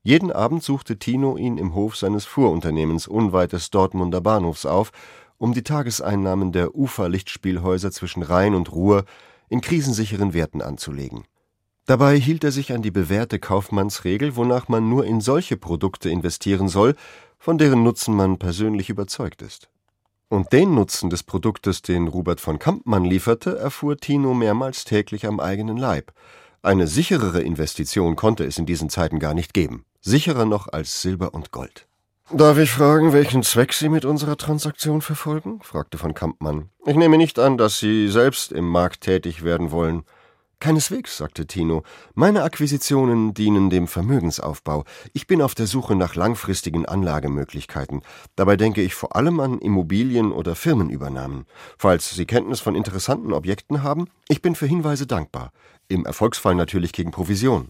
Jeden Abend suchte Tino ihn im Hof seines Fuhrunternehmens unweit des Dortmunder Bahnhofs auf, um die Tageseinnahmen der Uferlichtspielhäuser zwischen Rhein und Ruhr in krisensicheren Werten anzulegen. Dabei hielt er sich an die bewährte Kaufmannsregel, wonach man nur in solche Produkte investieren soll, von deren Nutzen man persönlich überzeugt ist. Und den Nutzen des Produktes, den Robert von Kampmann lieferte, erfuhr Tino mehrmals täglich am eigenen Leib. Eine sicherere Investition konnte es in diesen Zeiten gar nicht geben. Sicherer noch als Silber und Gold. »Darf ich fragen, welchen Zweck Sie mit unserer Transaktion verfolgen?« fragte von Kampmann. »Ich nehme nicht an, dass Sie selbst im Markt tätig werden wollen.« »Keineswegs«, sagte Tino. »Meine Akquisitionen dienen dem Vermögensaufbau. Ich bin auf der Suche nach langfristigen Anlagemöglichkeiten. Dabei denke ich vor allem an Immobilien- oder Firmenübernahmen. Falls Sie Kenntnis von interessanten Objekten haben, ich bin für Hinweise dankbar. Im Erfolgsfall natürlich gegen Provision.«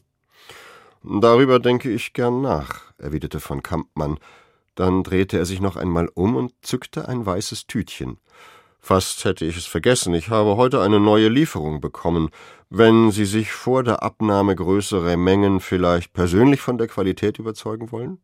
»Darüber denke ich gern nach«, erwiderte von Kampmann. Dann drehte er sich noch einmal um und zückte ein weißes Tütchen. »Fast hätte ich es vergessen. Ich habe heute eine neue Lieferung bekommen. Wenn Sie sich vor der Abnahme größere Mengen vielleicht persönlich von der Qualität überzeugen wollen?«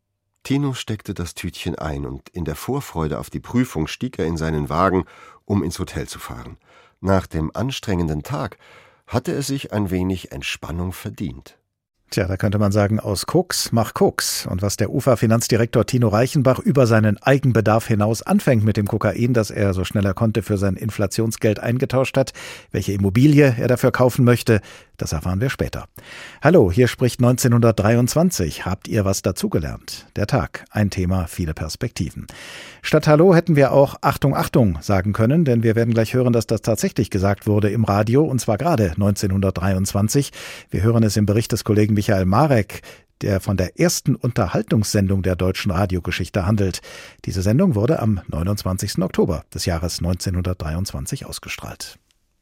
Tino steckte das Tütchen ein und in der Vorfreude auf die Prüfung stieg er in seinen Wagen, um ins Hotel zu fahren. Nach dem anstrengenden Tag hatte er sich ein wenig Entspannung verdient. Tja, da könnte man sagen, aus Koks mach Koks. Und was der U F A-Finanzdirektor Tino Reichenbach über seinen Eigenbedarf hinaus anfängt mit dem Kokain, das er so schnell er konnte für sein Inflationsgeld eingetauscht hat, welche Immobilie er dafür kaufen möchte, das erfahren wir später. Hallo, hier spricht neunzehnhundertdreiundzwanzig. Habt ihr was dazugelernt? Der Tag, ein Thema, viele Perspektiven. Statt Hallo hätten wir auch Achtung, Achtung sagen können, denn wir werden gleich hören, dass das tatsächlich gesagt wurde im Radio, und zwar gerade neunzehnhundertdreiundzwanzig. Wir hören es im Bericht des Kollegen Michael Marek, der von der ersten Unterhaltungssendung der deutschen Radiogeschichte handelt. Diese Sendung wurde am neunundzwanzigsten Oktober des Jahres neunzehnhundertdreiundzwanzig ausgestrahlt.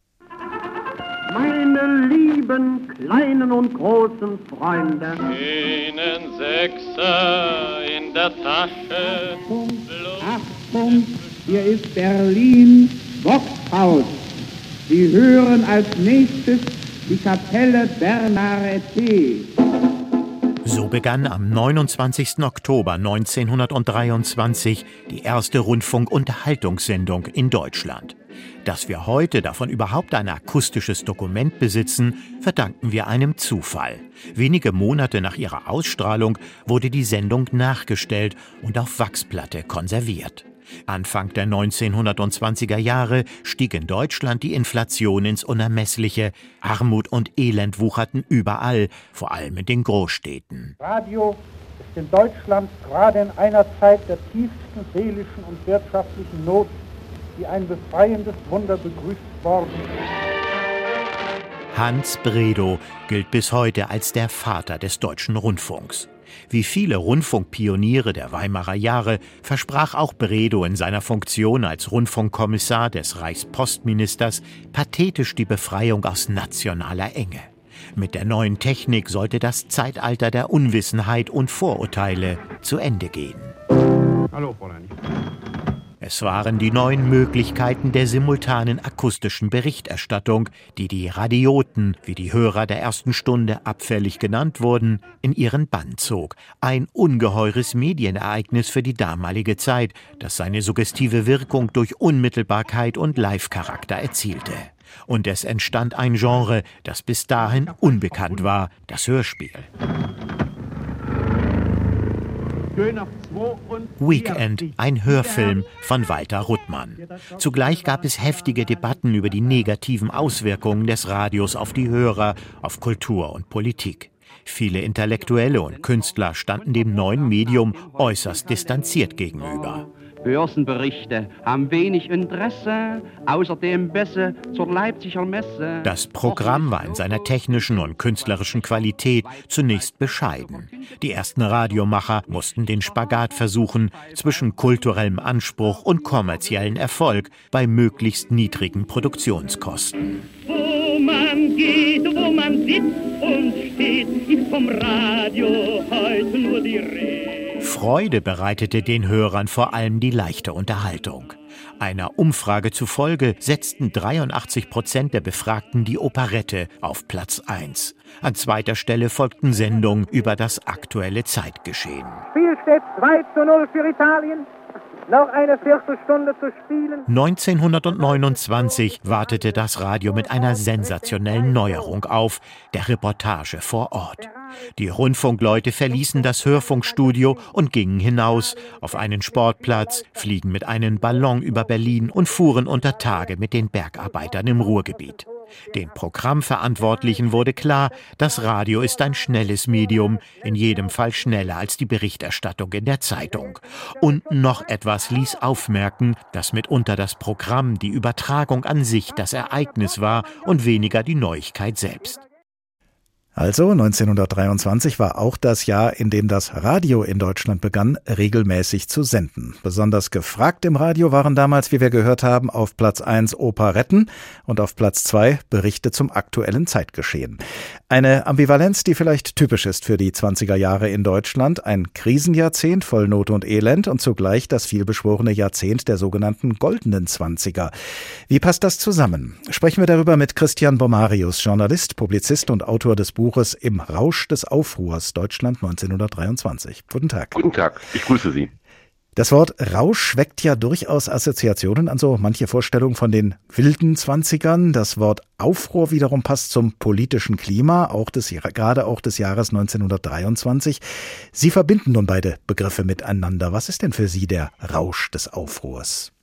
Meine lieben kleinen und großen Freunde, einen Sechser in der Tasche. Achtung, hier ist Berlin Boxhaus. Sie hören als nächstes die Kapelle Bernarete. So begann am neunundzwanzigsten Oktober neunzehnhundertdreiundzwanzig die erste Rundfunk-Unterhaltungssendung in Deutschland. Dass wir heute davon überhaupt ein akustisches Dokument besitzen, verdanken wir einem Zufall. Wenige Monate nach ihrer Ausstrahlung wurde die Sendung nachgestellt und auf Wachsplatte konserviert. Anfang der neunzehnhundertzwanziger Jahre stieg in Deutschland die Inflation ins Unermessliche. Armut und Elend wucherten überall, vor allem in den Großstädten. Radio ist in Deutschland gerade in einer Zeit der tiefsten seelischen und wirtschaftlichen Not wie ein befreiendes Wunder begrüßt worden. Hans Bredow gilt bis heute als der Vater des deutschen Rundfunks. Wie viele Rundfunkpioniere der Weimarer Jahre versprach auch Bredow in seiner Funktion als Rundfunkkommissar des Reichspostministers pathetisch die Befreiung aus nationaler Enge. Mit der neuen Technik sollte das Zeitalter der Unwissenheit und Vorurteile zu Ende gehen. Hallo, Fräulein. Es waren die neuen Möglichkeiten der simultanen akustischen Berichterstattung, die die Radioten, wie die Hörer der ersten Stunde abfällig genannt wurden, in ihren Bann zog. Ein ungeheures Medienereignis für die damalige Zeit, das seine suggestive Wirkung durch Unmittelbarkeit und Live-Charakter erzielte. Und es entstand ein Genre, das bis dahin unbekannt war, das Hörspiel. Weekend, ein Hörfilm von Walter Ruttmann. Zugleich gab es heftige Debatten über die negativen Auswirkungen des Radios auf die Hörer, auf Kultur und Politik. Viele Intellektuelle und Künstler standen dem neuen Medium äußerst distanziert gegenüber. Börsenberichte haben wenig Interesse, außerdem besser zur Leipziger Messe. Das Programm war in seiner technischen und künstlerischen Qualität zunächst bescheiden. Die ersten Radiomacher mussten den Spagat versuchen zwischen kulturellem Anspruch und kommerziellen Erfolg bei möglichst niedrigen Produktionskosten. Wo man geht, wo man sitzt und steht, ist vom Radio heute nur die Rede. Freude bereitete den Hörern vor allem die leichte Unterhaltung. Einer Umfrage zufolge setzten dreiundachtzig Prozent der Befragten die Operette auf Platz eins. An zweiter Stelle folgten Sendungen über das aktuelle Zeitgeschehen. Spiel steht zwei zu null für Italien. Noch eine Viertelstunde zu spielen. neunzehnhundertneunundzwanzig wartete das Radio mit einer sensationellen Neuerung auf, der Reportage vor Ort. Die Rundfunkleute verließen das Hörfunkstudio und gingen hinaus auf einen Sportplatz, fliegen mit einem Ballon über Berlin und fuhren unter Tage mit den Bergarbeitern im Ruhrgebiet. Den Programmverantwortlichen wurde klar, das Radio ist ein schnelles Medium, in jedem Fall schneller als die Berichterstattung in der Zeitung. Und noch etwas ließ aufmerken, dass mitunter das Programm, die Übertragung an sich das Ereignis war und weniger die Neuigkeit selbst. Also neunzehnhundertdreiundzwanzig war auch das Jahr, in dem das Radio in Deutschland begann, regelmäßig zu senden. Besonders gefragt im Radio waren damals, wie wir gehört haben, auf Platz eins Operetten und auf Platz zwei Berichte zum aktuellen Zeitgeschehen. Eine Ambivalenz, die vielleicht typisch ist für die zwanziger Jahre in Deutschland. Ein Krisenjahrzehnt voll Not und Elend und zugleich das vielbeschworene Jahrzehnt der sogenannten goldenen Zwanziger. Wie passt das zusammen? Sprechen wir darüber mit Christian Bomarius, Journalist, Publizist und Autor des Buches Im Rausch des Aufruhrs, Deutschland neunzehnhundertdreiundzwanzig. Guten Tag. Guten Tag, ich grüße Sie. Das Wort Rausch weckt ja durchaus Assoziationen an so manche Vorstellungen von den wilden Zwanzigern. Das Wort Aufruhr wiederum passt zum politischen Klima, auch des, gerade auch des Jahres neunzehnhundertdreiundzwanzig. Sie verbinden nun beide Begriffe miteinander. Was ist denn für Sie der Rausch des Aufruhrs?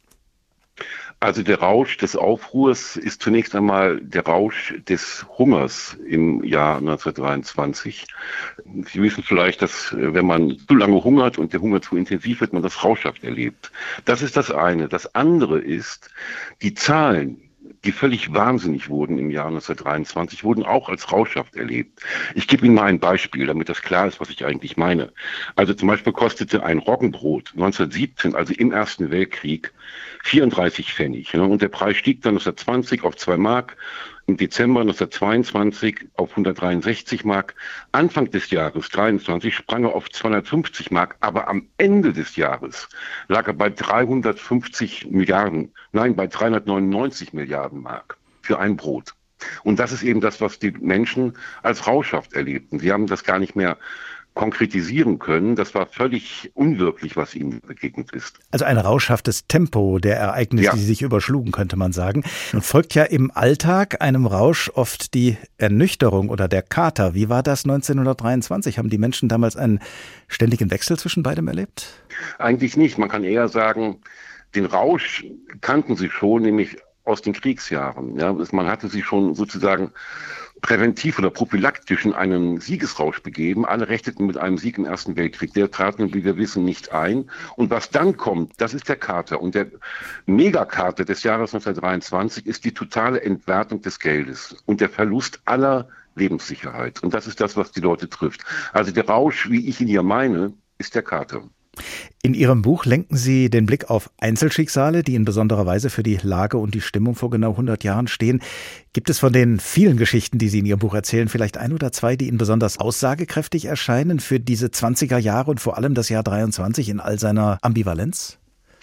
Also der Rausch des Aufruhrs ist zunächst einmal der Rausch des Hungers im Jahr neunzehnhundertdreiundzwanzig. Sie wissen vielleicht, dass wenn man zu lange hungert und der Hunger zu intensiv wird, man das rauschhaft erlebt. Das ist das eine. Das andere ist, die Zahlen, die völlig wahnsinnig wurden im Jahr neunzehnhundertdreiundzwanzig, wurden auch als rauschhaft erlebt. Ich gebe Ihnen mal ein Beispiel, damit das klar ist, was ich eigentlich meine. Also zum Beispiel kostete ein Roggenbrot neunzehnhundertsiebzehn, also im Ersten Weltkrieg, vierunddreißig Pfennig. Und der Preis stieg dann neunzehnhundertzwanzig auf zwei Mark, im Dezember neunzehnhundertzweiundzwanzig auf hundertdreiundsechzig Mark. Anfang des Jahres dreiundzwanzig sprang er auf zweihundertfünfzig Mark, aber am Ende des Jahres lag er bei dreihundertfünfzig Milliarden, nein, bei dreihundertneunundneunzig Milliarden Mark für ein Brot. Und das ist eben das, was die Menschen als rauschhaft erlebten. Sie haben das gar nicht mehr konkretisieren können. Das war völlig unwirklich, was ihnen begegnet ist. Also ein rauschhaftes Tempo der Ereignisse, ja, die sich überschlugen, könnte man sagen. Nun folgt ja im Alltag einem Rausch oft die Ernüchterung oder der Kater. Wie war das neunzehnhundertdreiundzwanzig? Haben die Menschen damals einen ständigen Wechsel zwischen beidem erlebt? Eigentlich nicht. Man kann eher sagen, den Rausch kannten sie schon, nämlich aus den Kriegsjahren. Ja, man hatte sie schon sozusagen präventiv oder prophylaktisch in einen Siegesrausch begeben. Alle rechneten mit einem Sieg im Ersten Weltkrieg. Der trat nun, wie wir wissen, nicht ein. Und was dann kommt, das ist der Kater. Und der Megakater des Jahres neunzehnhundertdreiundzwanzig ist die totale Entwertung des Geldes und der Verlust aller Lebenssicherheit. Und das ist das, was die Leute trifft. Also der Rausch, wie ich ihn hier meine, ist der Kater. In Ihrem Buch lenken Sie den Blick auf Einzelschicksale, die in besonderer Weise für die Lage und die Stimmung vor genau hundert Jahren stehen. Gibt es von den vielen Geschichten, die Sie in Ihrem Buch erzählen, vielleicht ein oder zwei, die Ihnen besonders aussagekräftig erscheinen für diese zwanziger Jahre und vor allem das Jahr dreiundzwanzig in all seiner Ambivalenz?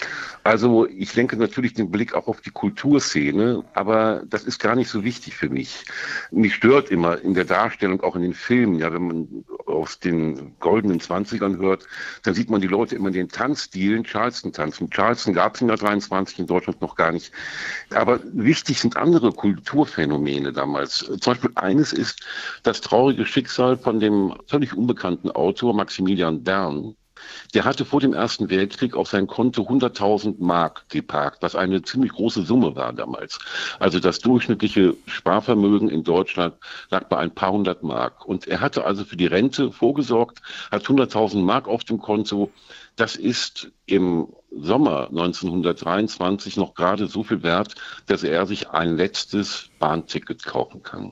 Also ich lenke natürlich den Blick auch auf die Kulturszene, aber das ist gar nicht so wichtig für mich. Mich stört immer in der Darstellung, auch in den Filmen, ja, wenn man aus den goldenen Zwanzigern hört, dann sieht man die Leute immer in den Tanzstilen Charleston tanzen. Charleston gab es in der dreiundzwanzig in Deutschland noch gar nicht. Aber wichtig sind andere Kulturphänomene damals. Zum Beispiel eines ist das traurige Schicksal von dem völlig unbekannten Autor Maximilian Bern. Der hatte vor dem Ersten Weltkrieg auf sein Konto hunderttausend Mark geparkt, was eine ziemlich große Summe war damals. Also das durchschnittliche Sparvermögen in Deutschland lag bei ein paar hundert Mark. Und er hatte also für die Rente vorgesorgt, hat hunderttausend Mark auf dem Konto. Das ist im Sommer neunzehnhundertdreiundzwanzig noch gerade so viel wert, dass er sich ein letztes Bahnticket kaufen kann.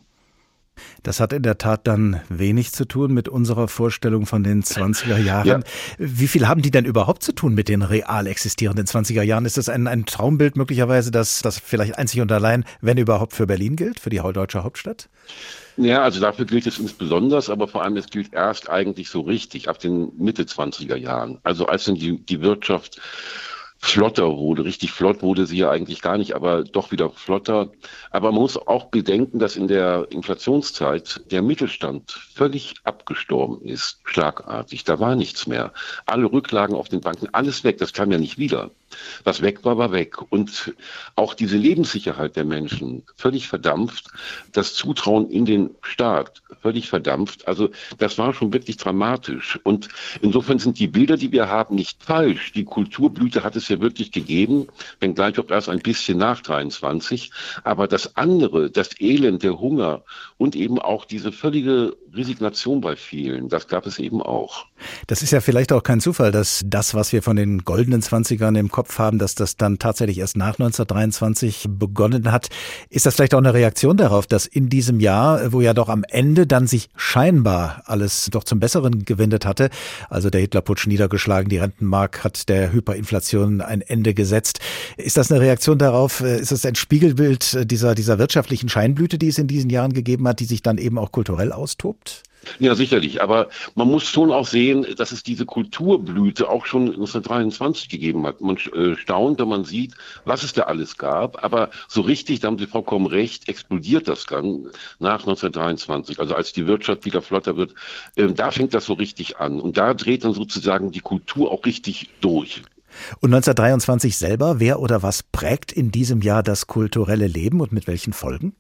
Das hat in der Tat dann wenig zu tun mit unserer Vorstellung von den zwanziger Jahren. Ja. Wie viel haben die denn überhaupt zu tun mit den real existierenden zwanziger Jahren? Ist das ein, ein Traumbild möglicherweise, das, das vielleicht einzig und allein, wenn überhaupt, für Berlin gilt, für die deutsche Hauptstadt? Ja, also dafür gilt es insbesondere, aber vor allem es gilt erst eigentlich so richtig ab den Mitte zwanziger Jahren. Also als dann die, die Wirtschaft flotter wurde. Richtig flott wurde sie ja eigentlich gar nicht, aber doch wieder flotter. Aber man muss auch bedenken, dass in der Inflationszeit der Mittelstand völlig abgestorben ist, schlagartig. Da war nichts mehr. Alle Rücklagen auf den Banken, alles weg, das kam ja nicht wieder. Was weg war, war weg. Und auch diese Lebenssicherheit der Menschen völlig verdampft, das Zutrauen in den Staat völlig verdampft. Also das war schon wirklich dramatisch. Und insofern sind die Bilder, die wir haben, nicht falsch. Die Kulturblüte hat es ja wirklich gegeben, wenngleich auch erst ein bisschen nach dreiundzwanzig. Aber das andere, das Elend, der Hunger und eben auch diese völlige Resignation bei vielen, das gab es eben auch. Das ist ja vielleicht auch kein Zufall, dass das, was wir von den goldenen Zwanzigern im Kopf haben, dass das dann tatsächlich erst nach neunzehnhundertdreiundzwanzig begonnen hat. Ist das vielleicht auch eine Reaktion darauf, dass in diesem Jahr, wo ja doch am Ende dann sich scheinbar alles doch zum Besseren gewendet hatte, also der Hitlerputsch niedergeschlagen, die Rentenmark hat der Hyperinflation ein Ende gesetzt. Ist das eine Reaktion darauf, ist das ein Spiegelbild dieser, dieser wirtschaftlichen Scheinblüte, die es in diesen Jahren gegeben hat, die sich dann eben auch kulturell austobt? Ja, sicherlich. Aber man muss schon auch sehen, dass es diese Kulturblüte auch schon neunzehnhundertdreiundzwanzig gegeben hat. Man äh, staunt, wenn man sieht, was es da alles gab. Aber so richtig, da haben Sie vollkommen recht, explodiert das dann nach neunzehnhundertdreiundzwanzig. Also als die Wirtschaft wieder flotter wird, äh, da fängt das so richtig an. Und da dreht dann sozusagen die Kultur auch richtig durch. Und neunzehnhundertdreiundzwanzig selber, wer oder was prägt in diesem Jahr das kulturelle Leben und mit welchen Folgen?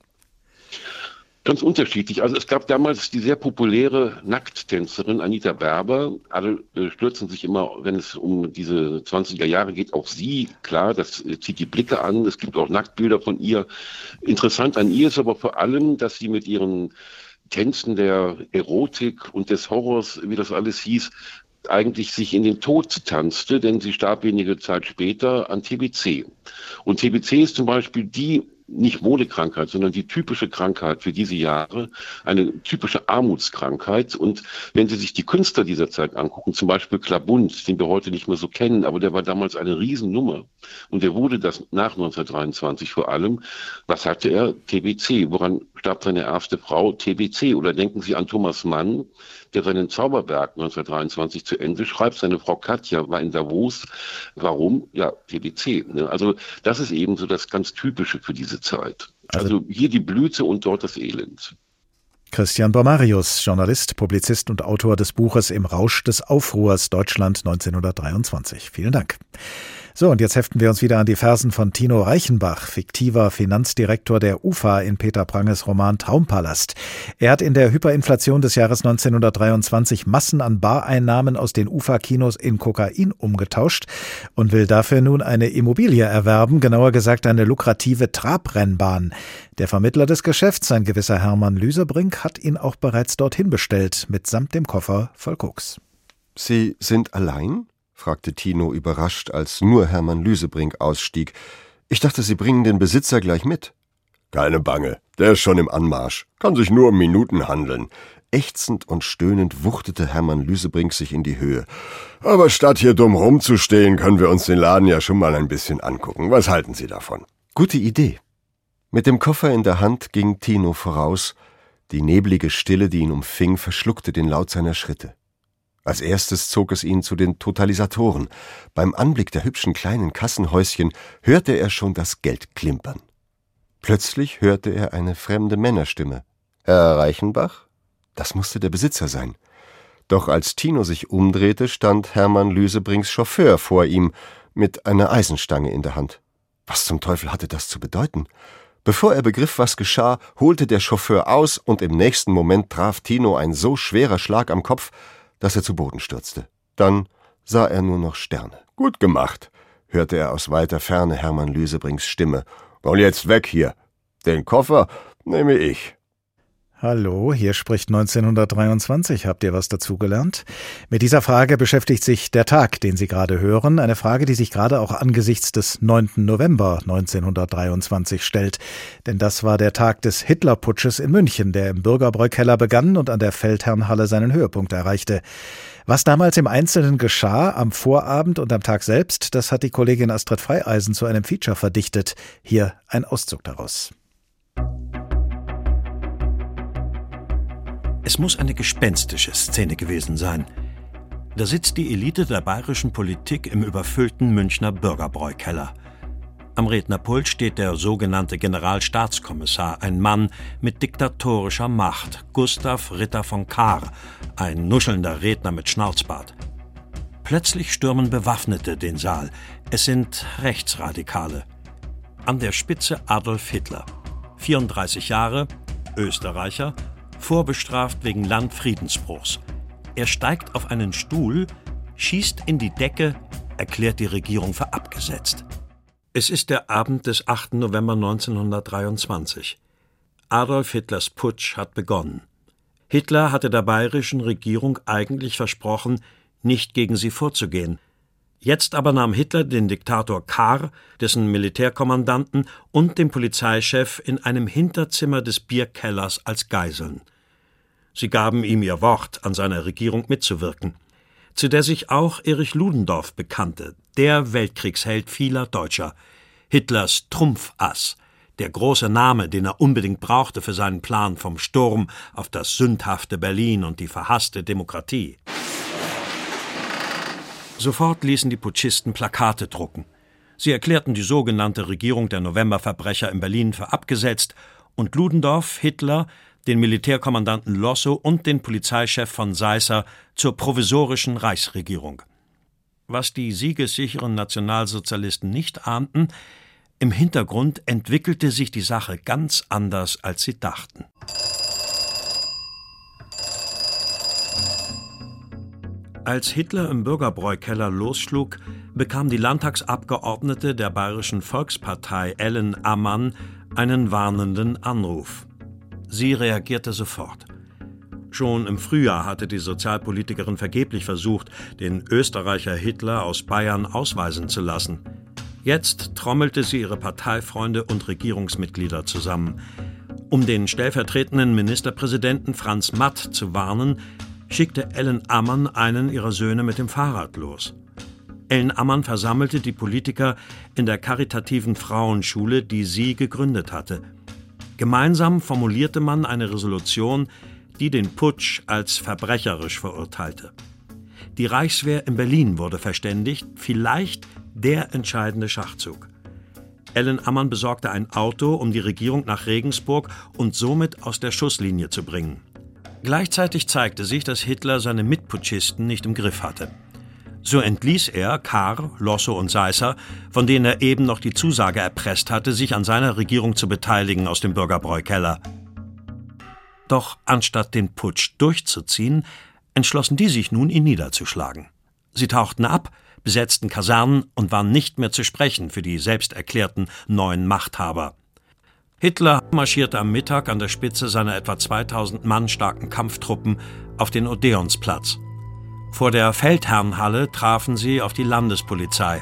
Ganz unterschiedlich. Also es gab damals die sehr populäre Nackttänzerin Anita Berber. Alle äh, stürzen sich immer, wenn es um diese zwanziger Jahre geht, auf sie. Klar, das äh, zieht die Blicke an. Es gibt auch Nacktbilder von ihr. Interessant an ihr ist aber vor allem, dass sie mit ihren Tänzen der Erotik und des Horrors, wie das alles hieß, eigentlich sich in den Tod tanzte, denn sie starb wenige Zeit später an T B C. Und T B C ist zum Beispiel die nicht Modekrankheit, sondern die typische Krankheit für diese Jahre, eine typische Armutskrankheit. Und wenn Sie sich die Künstler dieser Zeit angucken, zum Beispiel Klabund, den wir heute nicht mehr so kennen, aber der war damals eine Riesennummer. Und der wurde das nach neunzehnhundertdreiundzwanzig vor allem. Was hatte er? T B C. Woran starb seine erste Frau? T B C. Oder denken Sie an Thomas Mann, der seinen Zauberberg neunzehnhundertdreiundzwanzig zu Ende schreibt. Seine Frau Katja war in Davos. Warum? Ja, T B C. Ne? Also das ist eben so das ganz Typische für diese Zeit. Also hier die Blüte und dort das Elend. Christian Bormarius, Journalist, Publizist und Autor des Buches Im Rausch des Aufruhrs Deutschland neunzehnhundertdreiundzwanzig. Vielen Dank. So, und jetzt heften wir uns wieder an die Fersen von Tino Reichenbach, fiktiver Finanzdirektor der U F A in Peter Pranges Roman Traumpalast. Er hat in der Hyperinflation des Jahres neunzehnhundertdreiundzwanzig Massen an Bareinnahmen aus den U F A-Kinos in Kokain umgetauscht und will dafür nun eine Immobilie erwerben, genauer gesagt eine lukrative Trabrennbahn. Der Vermittler des Geschäfts, ein gewisser Hermann Lüsebrink, hat ihn auch bereits dorthin bestellt, mitsamt dem Koffer voll Koks. Sie sind allein? Fragte Tino überrascht, als nur Hermann Lüsebrink ausstieg. Ich dachte, Sie bringen den Besitzer gleich mit. Keine Bange, der ist schon im Anmarsch. Kann sich nur um Minuten handeln. Ächzend und stöhnend wuchtete Hermann Lüsebrink sich in die Höhe. Aber statt hier dumm rumzustehen, können wir uns den Laden ja schon mal ein bisschen angucken. Was halten Sie davon? Gute Idee. Mit dem Koffer in der Hand ging Tino voraus. Die neblige Stille, die ihn umfing, verschluckte den Laut seiner Schritte. Als erstes zog es ihn zu den Totalisatoren. Beim Anblick der hübschen kleinen Kassenhäuschen hörte er schon das Geld klimpern. Plötzlich hörte er eine fremde Männerstimme. »Herr Reichenbach?« Das musste der Besitzer sein. Doch als Tino sich umdrehte, stand Hermann Lüsebrinks Chauffeur vor ihm mit einer Eisenstange in der Hand. Was zum Teufel hatte das zu bedeuten? Bevor er begriff, was geschah, holte der Chauffeur aus und im nächsten Moment traf Tino ein so schwerer Schlag am Kopf, dass er zu Boden stürzte. Dann sah er nur noch Sterne. »Gut gemacht«, hörte er aus weiter Ferne Hermann Lüsebrinks Stimme. »Und jetzt weg hier. Den Koffer nehme ich.« Hallo, hier spricht neunzehnhundertdreiundzwanzig. Habt ihr was dazugelernt? Mit dieser Frage beschäftigt sich der Tag, den Sie gerade hören. Eine Frage, die sich gerade auch angesichts des neunten November neunzehnhundertdreiundzwanzig stellt. Denn das war der Tag des Hitlerputsches in München, der im Bürgerbräukeller begann und an der Feldherrnhalle seinen Höhepunkt erreichte. Was damals im Einzelnen geschah, am Vorabend und am Tag selbst, das hat die Kollegin Astrid Freieisen zu einem Feature verdichtet. Hier ein Auszug daraus. Es muss eine gespenstische Szene gewesen sein. Da sitzt die Elite der bayerischen Politik im überfüllten Münchner Bürgerbräukeller. Am Rednerpult steht der sogenannte Generalstaatskommissar, ein Mann mit diktatorischer Macht, Gustav Ritter von Kahr, ein nuschelnder Redner mit Schnauzbart. Plötzlich stürmen Bewaffnete den Saal. Es sind Rechtsradikale. An der Spitze Adolf Hitler, vierunddreißig Jahre, Österreicher, vorbestraft wegen Landfriedensbruchs. Er steigt auf einen Stuhl, schießt in die Decke, erklärt die Regierung für abgesetzt. Es ist der Abend des achten November neunzehnhundertdreiundzwanzig. Adolf Hitlers Putsch hat begonnen. Hitler hatte der bayerischen Regierung eigentlich versprochen, nicht gegen sie vorzugehen. Jetzt aber nahm Hitler den Diktator Kahr, dessen Militärkommandanten und den Polizeichef in einem Hinterzimmer des Bierkellers als Geiseln. Sie gaben ihm ihr Wort, an seiner Regierung mitzuwirken, zu der sich auch Erich Ludendorff bekannte, der Weltkriegsheld vieler Deutscher, Hitlers Trumpfass, der große Name, den er unbedingt brauchte für seinen Plan vom Sturm auf das sündhafte Berlin und die verhasste Demokratie. Sofort ließen die Putschisten Plakate drucken. Sie erklärten die sogenannte Regierung der Novemberverbrecher in Berlin für abgesetzt und Ludendorff, Hitler, den Militärkommandanten Lossow und den Polizeichef von Seisser zur provisorischen Reichsregierung. Was die siegessicheren Nationalsozialisten nicht ahnten, im Hintergrund entwickelte sich die Sache ganz anders, als sie dachten. Als Hitler im Bürgerbräukeller losschlug, bekam die Landtagsabgeordnete der Bayerischen Volkspartei Ellen Ammann einen warnenden Anruf. Sie reagierte sofort. Schon im Frühjahr hatte die Sozialpolitikerin vergeblich versucht, den Österreicher Hitler aus Bayern ausweisen zu lassen. Jetzt trommelte sie ihre Parteifreunde und Regierungsmitglieder zusammen. Um den stellvertretenden Ministerpräsidenten Franz Matt zu warnen, schickte Ellen Ammann einen ihrer Söhne mit dem Fahrrad los. Ellen Ammann versammelte die Politiker in der karitativen Frauenschule, die sie gegründet hatte. Gemeinsam formulierte man eine Resolution, die den Putsch als verbrecherisch verurteilte. Die Reichswehr in Berlin wurde verständigt, vielleicht der entscheidende Schachzug. Ellen Ammann besorgte ein Auto, um die Regierung nach Regensburg und somit aus der Schusslinie zu bringen. Gleichzeitig zeigte sich, dass Hitler seine Mitputschisten nicht im Griff hatte. So entließ er Kahr, Lossow und Seisser, von denen er eben noch die Zusage erpresst hatte, sich an seiner Regierung zu beteiligen, aus dem Bürgerbräukeller. Doch anstatt den Putsch durchzuziehen, entschlossen die sich nun, ihn niederzuschlagen. Sie tauchten ab, besetzten Kasernen und waren nicht mehr zu sprechen für die selbst erklärten neuen Machthaber. Hitler marschierte am Mittag an der Spitze seiner etwa zweitausend Mann starken Kampftruppen auf den Odeonsplatz. Vor der Feldherrnhalle trafen sie auf die Landespolizei.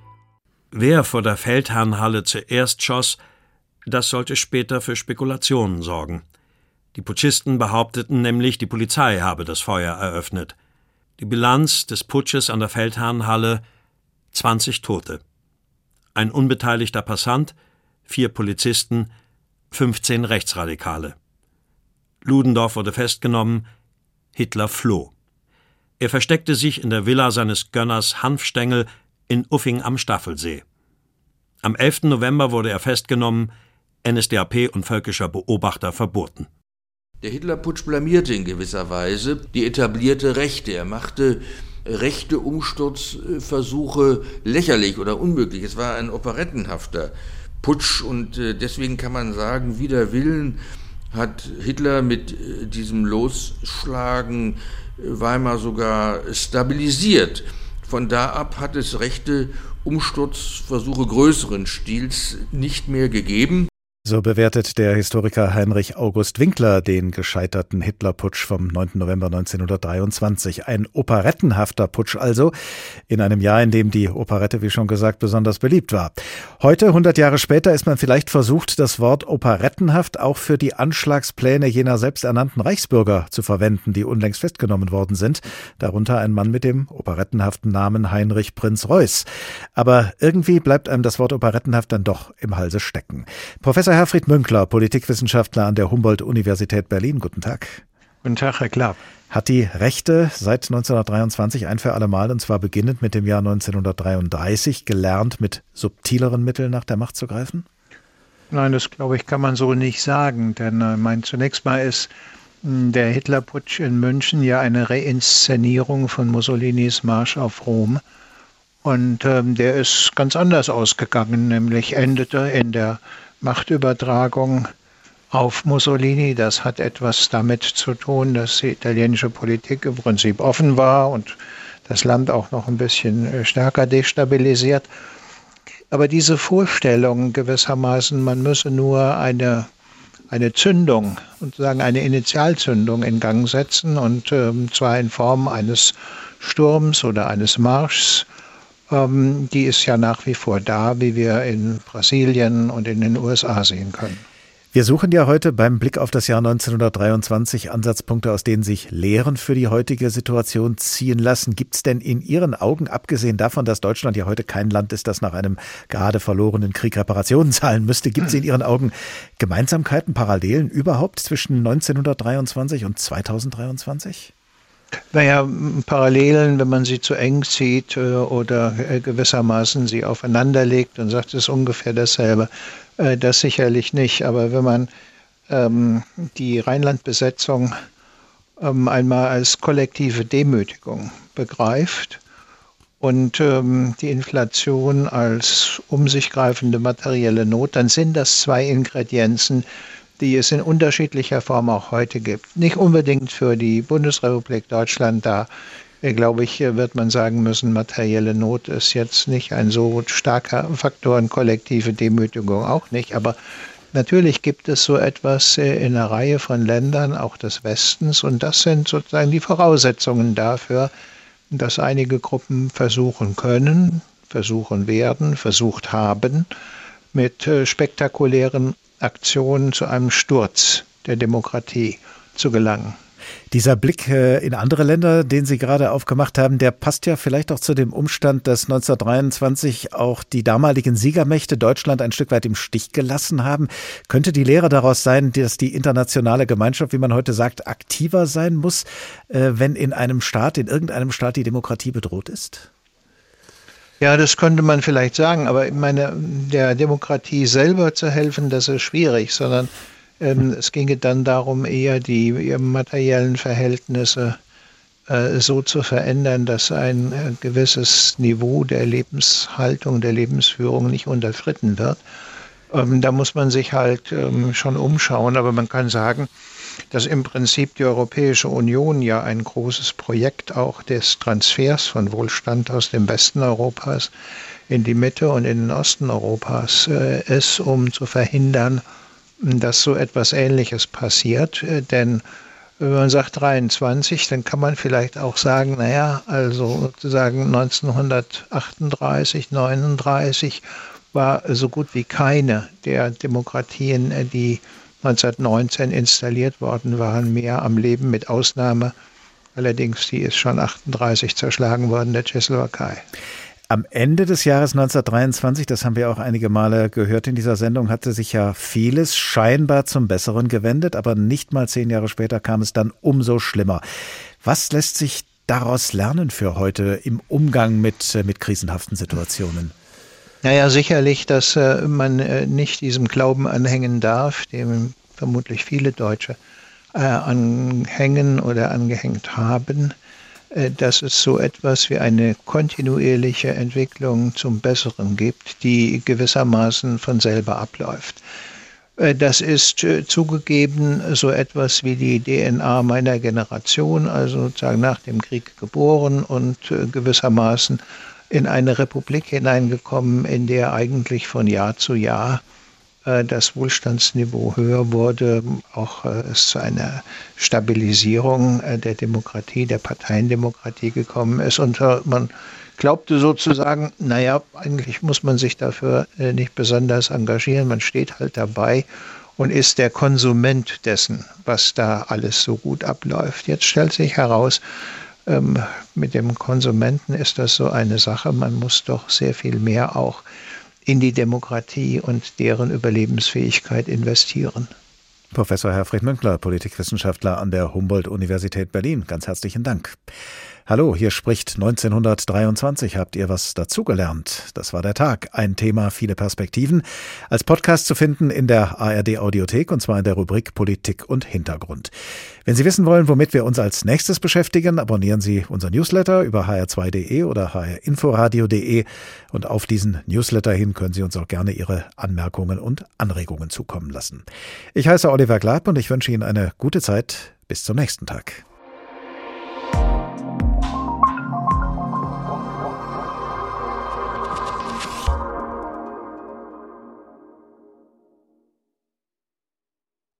Wer vor der Feldherrnhalle zuerst schoss, das sollte später für Spekulationen sorgen. Die Putschisten behaupteten nämlich, die Polizei habe das Feuer eröffnet. Die Bilanz des Putsches an der Feldherrnhalle: zwanzig Tote. Ein unbeteiligter Passant, vier Polizisten, fünfzehn Rechtsradikale. Ludendorff wurde festgenommen, Hitler floh. Er versteckte sich in der Villa seines Gönners Hanfstengel in Uffing am Staffelsee. Am elften November wurde er festgenommen, N S D A P und völkischer Beobachter verboten. Der Hitlerputsch blamierte in gewisser Weise die etablierte Rechte. Er machte rechte Umsturzversuche lächerlich oder unmöglich. Es war ein operettenhafter Putsch und deswegen kann man sagen, wider Willen hat Hitler mit diesem Losschlagen Weimar sogar stabilisiert. Von da ab hat es rechte Umsturzversuche größeren Stils nicht mehr gegeben. So bewertet der Historiker Heinrich August Winkler den gescheiterten Hitlerputsch vom neunten November neunzehnhundertdreiundzwanzig. Ein operettenhafter Putsch also, in einem Jahr, in dem die Operette, wie schon gesagt, besonders beliebt war. Heute, hundert Jahre später, ist man vielleicht versucht, das Wort operettenhaft auch für die Anschlagspläne jener selbsternannten Reichsbürger zu verwenden, die unlängst festgenommen worden sind. Darunter ein Mann mit dem operettenhaften Namen Heinrich Prinz Reuß. Aber irgendwie bleibt einem das Wort operettenhaft dann doch im Halse stecken. Professor Herfried Münkler, Politikwissenschaftler an der Humboldt-Universität Berlin. Guten Tag. Guten Tag, Herr Klapp. Hat die Rechte seit neunzehnhundertdreiundzwanzig ein für alle Mal, und zwar beginnend mit dem Jahr neunzehnhundertdreiunddreißig, gelernt, mit subtileren Mitteln nach der Macht zu greifen? Nein, das glaube ich, kann man so nicht sagen. Denn äh, mein, zunächst mal ist mh, der Hitlerputsch in München ja eine Reinszenierung von Mussolinis Marsch auf Rom. Und ähm, der ist ganz anders ausgegangen, nämlich endete in der Machtübertragung auf Mussolini. Das hat etwas damit zu tun, dass die italienische Politik im Prinzip offen war und das Land auch noch ein bisschen stärker destabilisiert. Aber diese Vorstellung gewissermaßen, man müsse nur eine, eine Zündung, sozusagen eine Initialzündung in Gang setzen, und ähm, zwar in Form eines Sturms oder eines Marschs, ähm, die ist ja nach wie vor da, wie wir in Brasilien und in den U S A sehen können. Wir suchen ja heute beim Blick auf das Jahr neunzehnhundertdreiundzwanzig Ansatzpunkte, aus denen sich Lehren für die heutige Situation ziehen lassen. Gibt es denn in Ihren Augen, abgesehen davon, dass Deutschland ja heute kein Land ist, das nach einem gerade verlorenen Krieg Reparationen zahlen müsste, gibt es in Ihren Augen Gemeinsamkeiten, Parallelen überhaupt zwischen neunzehnhundertdreiundzwanzig und zweitausenddreiundzwanzig? Naja, Parallelen, wenn man sie zu eng zieht oder gewissermaßen sie aufeinanderlegt und sagt, es ist ungefähr dasselbe, das sicherlich nicht. Aber wenn man ähm, die Rheinlandbesetzung ähm, einmal als kollektive Demütigung begreift und ähm, die Inflation als um sich greifende materielle Not, dann sind das zwei Ingredienzen, die es in unterschiedlicher Form auch heute gibt. Nicht unbedingt für die Bundesrepublik Deutschland, da glaube ich, wird man sagen müssen, materielle Not ist jetzt nicht ein so starker Faktor, und kollektive Demütigung auch nicht. Aber natürlich gibt es so etwas in einer Reihe von Ländern, auch des Westens, und das sind sozusagen die Voraussetzungen dafür, dass einige Gruppen versuchen können, versuchen werden, versucht haben, mit spektakulären Aktionen zu einem Sturz der Demokratie zu gelangen. Dieser Blick in andere Länder, den Sie gerade aufgemacht haben, der passt ja vielleicht auch zu dem Umstand, dass neunzehnhundertdreiundzwanzig auch die damaligen Siegermächte Deutschland ein Stück weit im Stich gelassen haben. Könnte die Lehre daraus sein, dass die internationale Gemeinschaft, wie man heute sagt, aktiver sein muss, wenn in einem Staat, in irgendeinem Staat die Demokratie bedroht ist? Ja, das könnte man vielleicht sagen, aber ich meine, der Demokratie selber zu helfen, das ist schwierig, sondern ähm, es ginge dann darum, eher die materiellen Verhältnisse äh, so zu verändern, dass ein äh, gewisses Niveau der Lebenshaltung, der Lebensführung nicht unterschritten wird. Ähm, da muss man sich halt ähm, schon umschauen, aber man kann sagen, dass im Prinzip die Europäische Union ja ein großes Projekt auch des Transfers von Wohlstand aus dem Westen Europas in die Mitte und in den Osten Europas äh, ist, um zu verhindern, dass so etwas Ähnliches passiert. Äh, denn wenn man sagt dreiundzwanzig, dann kann man vielleicht auch sagen, naja, also sozusagen neunzehnhundertachtunddreißig, neununddreißig war so gut wie keine der Demokratien, die neunzehnhundertneunzehn installiert worden waren, mehr am Leben, mit Ausnahme, allerdings die ist schon achtunddreißig zerschlagen worden, der Tschechoslowakei. Am Ende des Jahres neunzehnhundertdreiundzwanzig, das haben wir auch einige Male gehört in dieser Sendung, hatte sich ja vieles scheinbar zum Besseren gewendet, aber nicht mal zehn Jahre später kam es dann umso schlimmer. Was lässt sich daraus lernen für heute im Umgang mit, mit krisenhaften Situationen? Naja, sicherlich, dass äh, man äh, nicht diesem Glauben anhängen darf, dem vermutlich viele Deutsche äh, anhängen oder angehängt haben, äh, dass es so etwas wie eine kontinuierliche Entwicklung zum Besseren gibt, die gewissermaßen von selber abläuft. Äh, das ist äh, zugegeben so etwas wie die D N A meiner Generation, also sozusagen nach dem Krieg geboren und äh, gewissermaßen in eine Republik hineingekommen, in der eigentlich von Jahr zu Jahr äh, das Wohlstandsniveau höher wurde, auch äh, es zu einer Stabilisierung äh, der Demokratie, der Parteiendemokratie gekommen ist. Und äh, man glaubte sozusagen, naja, eigentlich muss man sich dafür äh, nicht besonders engagieren, man steht halt dabei und ist der Konsument dessen, was da alles so gut abläuft. Jetzt stellt sich heraus, Ähm, mit dem Konsumenten ist das so eine Sache. Man muss doch sehr viel mehr auch in die Demokratie und deren Überlebensfähigkeit investieren. Professor Herfried Münkler, Politikwissenschaftler an der Humboldt-Universität Berlin. Ganz herzlichen Dank. Hallo, hier spricht neunzehnhundertdreiundzwanzig. Habt ihr was dazugelernt? Das war der Tag. Ein Thema, viele Perspektiven. Als Podcast zu finden in der A R D-Audiothek und zwar in der Rubrik Politik und Hintergrund. Wenn Sie wissen wollen, womit wir uns als nächstes beschäftigen, abonnieren Sie unser Newsletter über h r zwei punkt d e oder h r inforadio punkt d e und auf diesen Newsletter hin können Sie uns auch gerne Ihre Anmerkungen und Anregungen zukommen lassen. Ich heiße Oliver Glab und ich wünsche Ihnen eine gute Zeit. Bis zum nächsten Tag.